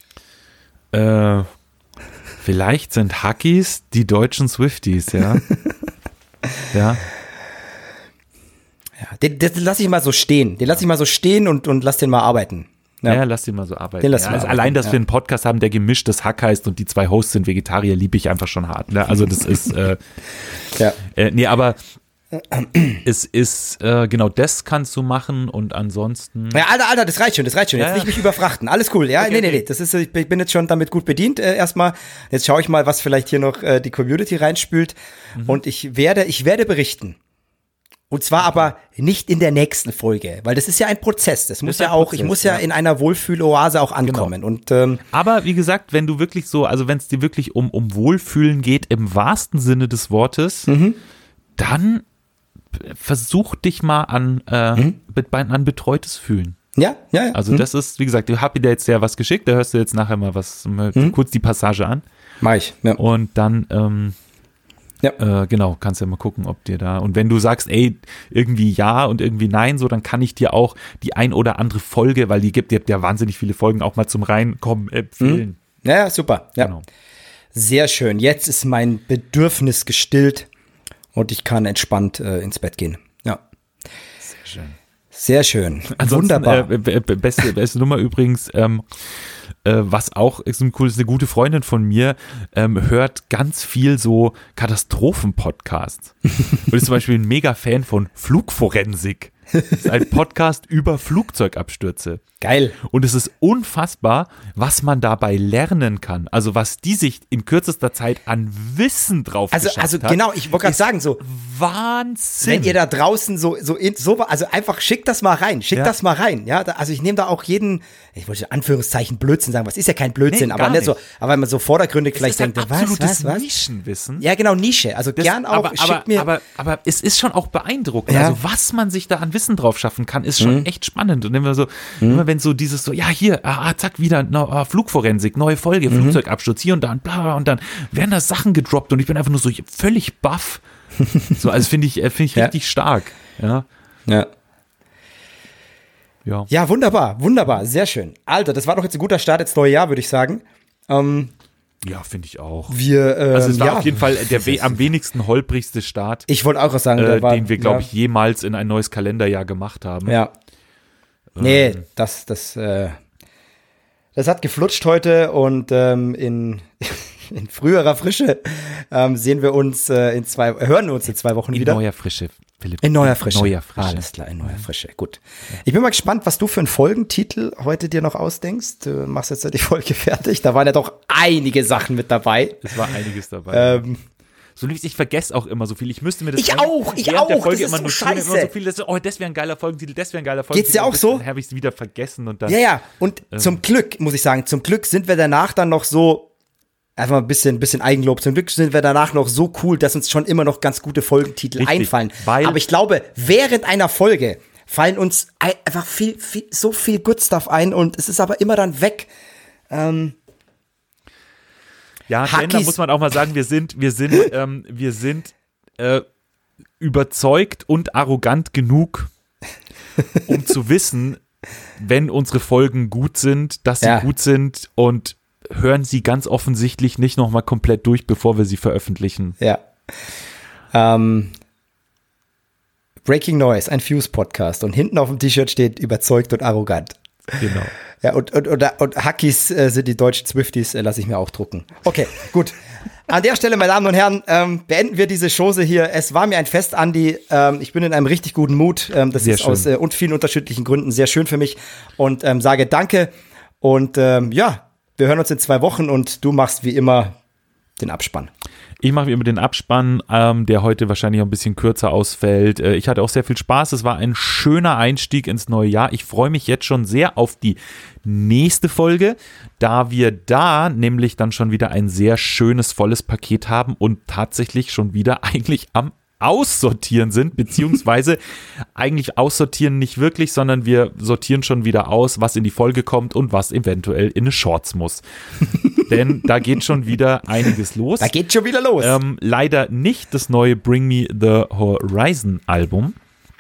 Vielleicht sind Hackies die deutschen Swifties, ja. Ja. Ja, den lasse ich mal so stehen. Den lasse ich mal so stehen und lass den mal arbeiten. Ja, lass den mal so arbeiten. Den lass mal also arbeiten, allein, dass wir einen Podcast haben, der gemischtes Hack heißt und die 2 Hosts sind Vegetarier, liebe ich einfach schon hart. Ne? Also das ist, nee, aber es ist, genau das kannst du machen und ansonsten. Ja, Alter, das reicht schon. Jetzt nicht mich überfrachten. Alles cool, ja? Okay, Nee. Das ist, ich bin jetzt schon damit gut bedient, erstmal. Jetzt schaue ich mal, was vielleicht hier noch die Community reinspült. Und ich werde berichten. Und zwar aber nicht in der nächsten Folge, weil das ist ja ein Prozess. Das muss ja auch, Prozess, ich muss ja in einer Wohlfühloase auch ankommen. Genau. Und, aber wie gesagt, wenn du wirklich so, also wenn es dir wirklich um Wohlfühlen geht, im wahrsten Sinne des Wortes, dann versuch dich mal an betreutes Fühlen. Ja. Also das ist, wie gesagt, ich habe dir jetzt ja was geschickt, da hörst du jetzt nachher mal kurz die Passage an. Mach ich, ja. Und dann, genau, kannst ja mal gucken, ob dir da, und wenn du sagst, ey, irgendwie ja und irgendwie nein, so, dann kann ich dir auch die ein oder andere Folge, weil ihr habt ja wahnsinnig viele Folgen, auch mal zum Reinkommen empfehlen. Ja, super. Ja. Genau. Sehr schön. Jetzt ist mein Bedürfnis gestillt und ich kann entspannt ins Bett gehen. Ja. Sehr schön. Sehr schön. Ansonsten, Wunderbar. Beste Nummer übrigens, was auch ist eine gute Freundin von mir, hört ganz viel so Katastrophen-Podcasts. Und ist zum Beispiel ein Mega-Fan von Flugforensik. Das ist ein Podcast über Flugzeugabstürze. Geil. Und es ist unfassbar, was man dabei lernen kann. Also was die sich in kürzester Zeit an Wissen drauf geschafft hat. Also genau, ich wollte gerade sagen, so Wahnsinn. wenn ihr da draußen also einfach schickt das mal rein, das mal rein. Ja, also ich nehme da auch jeden, ich wollte in Anführungszeichen Blödsinn sagen, was ist ja kein Blödsinn, Nee, aber nicht so, aber wenn man so vordergründig vielleicht denkt, absolutes was? Nischenwissen. Ja, genau, Nische. Also gern auch, schickt mir. Aber es ist schon auch beeindruckend. Ja. Also was man sich da an Wissen drauf schaffen kann, ist schon echt spannend. Und immer wenn so dieses so, ja hier, zack, wieder Flugforensik, neue Folge, Flugzeugabsturz, hier und da und bla, und dann werden da Sachen gedroppt und ich bin einfach nur so völlig baff. So, also finde ich richtig stark. Ja. Ja, wunderbar, sehr schön. Alter, das war doch jetzt ein guter Start ins neue Jahr, würde ich sagen. Ja, finde ich auch. Also es war auf jeden Fall der am wenigsten holprigste Start, ich wollte auch was sagen, den wir, glaube ich, jemals in ein neues Kalenderjahr gemacht haben. Ja. Nee, das hat geflutscht heute und in früherer Frische hören wir uns in 2 Wochen wieder. In neuer Frische, Philipp. In neuer Frische. Alles klar, in neuer Frische. Gut. Ich bin mal gespannt, was du für einen Folgentitel heute dir noch ausdenkst. Du machst jetzt ja die Folge fertig. Da waren ja doch einige Sachen mit dabei. Es war einiges dabei. So lieb, ich vergesse auch immer so viel. Ich müsste mir das während der Folge das ist immer so notieren, scheiße. immer so viel, das wäre ein geiler Folgentitel, das wäre ein geiler Folgentitel. Geht's dir auch so? Dann habe ich es wieder vergessen und dann. Ja. Und zum Glück, muss ich sagen, zum Glück sind wir danach dann noch so, einfach mal ein bisschen Eigenlob, zum Glück sind wir danach noch so cool, dass uns schon immer noch ganz gute Folgentitel einfallen. Aber ich glaube, während einer Folge fallen uns einfach so viel Good Stuff ein und es ist aber immer dann weg. Ja, denn da muss man auch mal sagen, wir sind überzeugt und arrogant genug, um zu wissen, wenn unsere Folgen gut sind, dass sie gut sind, und hören sie ganz offensichtlich nicht nochmal komplett durch, bevor wir sie veröffentlichen. Ja. Breaking Noise, ein Fuse-Podcast, und hinten auf dem T-Shirt steht überzeugt und arrogant. Genau. Ja, und Hackies sind die deutschen Swifties, lasse ich mir auch drucken. Okay, gut. An der Stelle, meine Damen und Herren, beenden wir diese Chose hier. Es war mir ein Fest, Andi. Ich bin in einem richtig guten Mut. Das sehr ist schön. Aus vielen unterschiedlichen Gründen sehr schön für mich. Und sage Danke. Und wir hören uns in 2 Wochen und du machst wie immer den Abspann. Ich mache wie immer den Abspann, der heute wahrscheinlich auch ein bisschen kürzer ausfällt. Ich hatte auch sehr viel Spaß. Es war ein schöner Einstieg ins neue Jahr. Ich freue mich jetzt schon sehr auf die nächste Folge, da wir da nämlich dann schon wieder ein sehr schönes, volles Paket haben und tatsächlich schon wieder eigentlich am Aussortieren sind, beziehungsweise eigentlich aussortieren nicht wirklich, sondern wir sortieren schon wieder aus, was in die Folge kommt und was eventuell in eine Shorts muss. Denn da geht schon wieder einiges los. Da geht schon wieder los. Leider nicht das neue Bring Me the Horizon Album,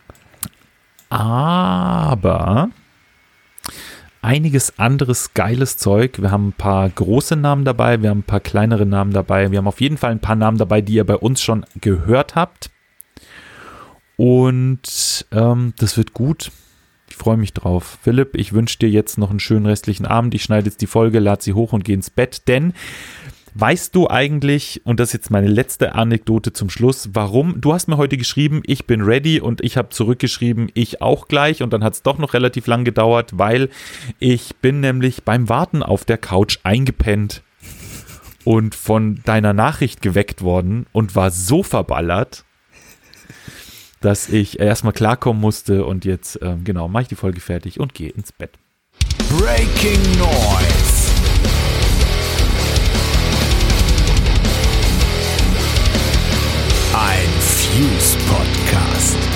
aber einiges anderes geiles Zeug. Wir haben ein paar große Namen dabei, wir haben ein paar kleinere Namen dabei, wir haben auf jeden Fall ein paar Namen dabei, die ihr bei uns schon gehört habt. Und das wird gut. freue mich drauf. Philipp, ich wünsche dir jetzt noch einen schönen restlichen Abend. Ich schneide jetzt die Folge, lade sie hoch und gehe ins Bett, denn weißt du eigentlich, und das ist jetzt meine letzte Anekdote zum Schluss, warum? Du hast mir heute geschrieben, ich bin ready, und ich habe zurückgeschrieben, ich auch gleich, und dann hat es doch noch relativ lang gedauert, weil ich bin nämlich beim Warten auf der Couch eingepennt und von deiner Nachricht geweckt worden und war so verballert, dass ich erstmal klarkommen musste, und jetzt, mache ich die Folge fertig und gehe ins Bett. Breaking Noise. Ein Fuse-Podcast.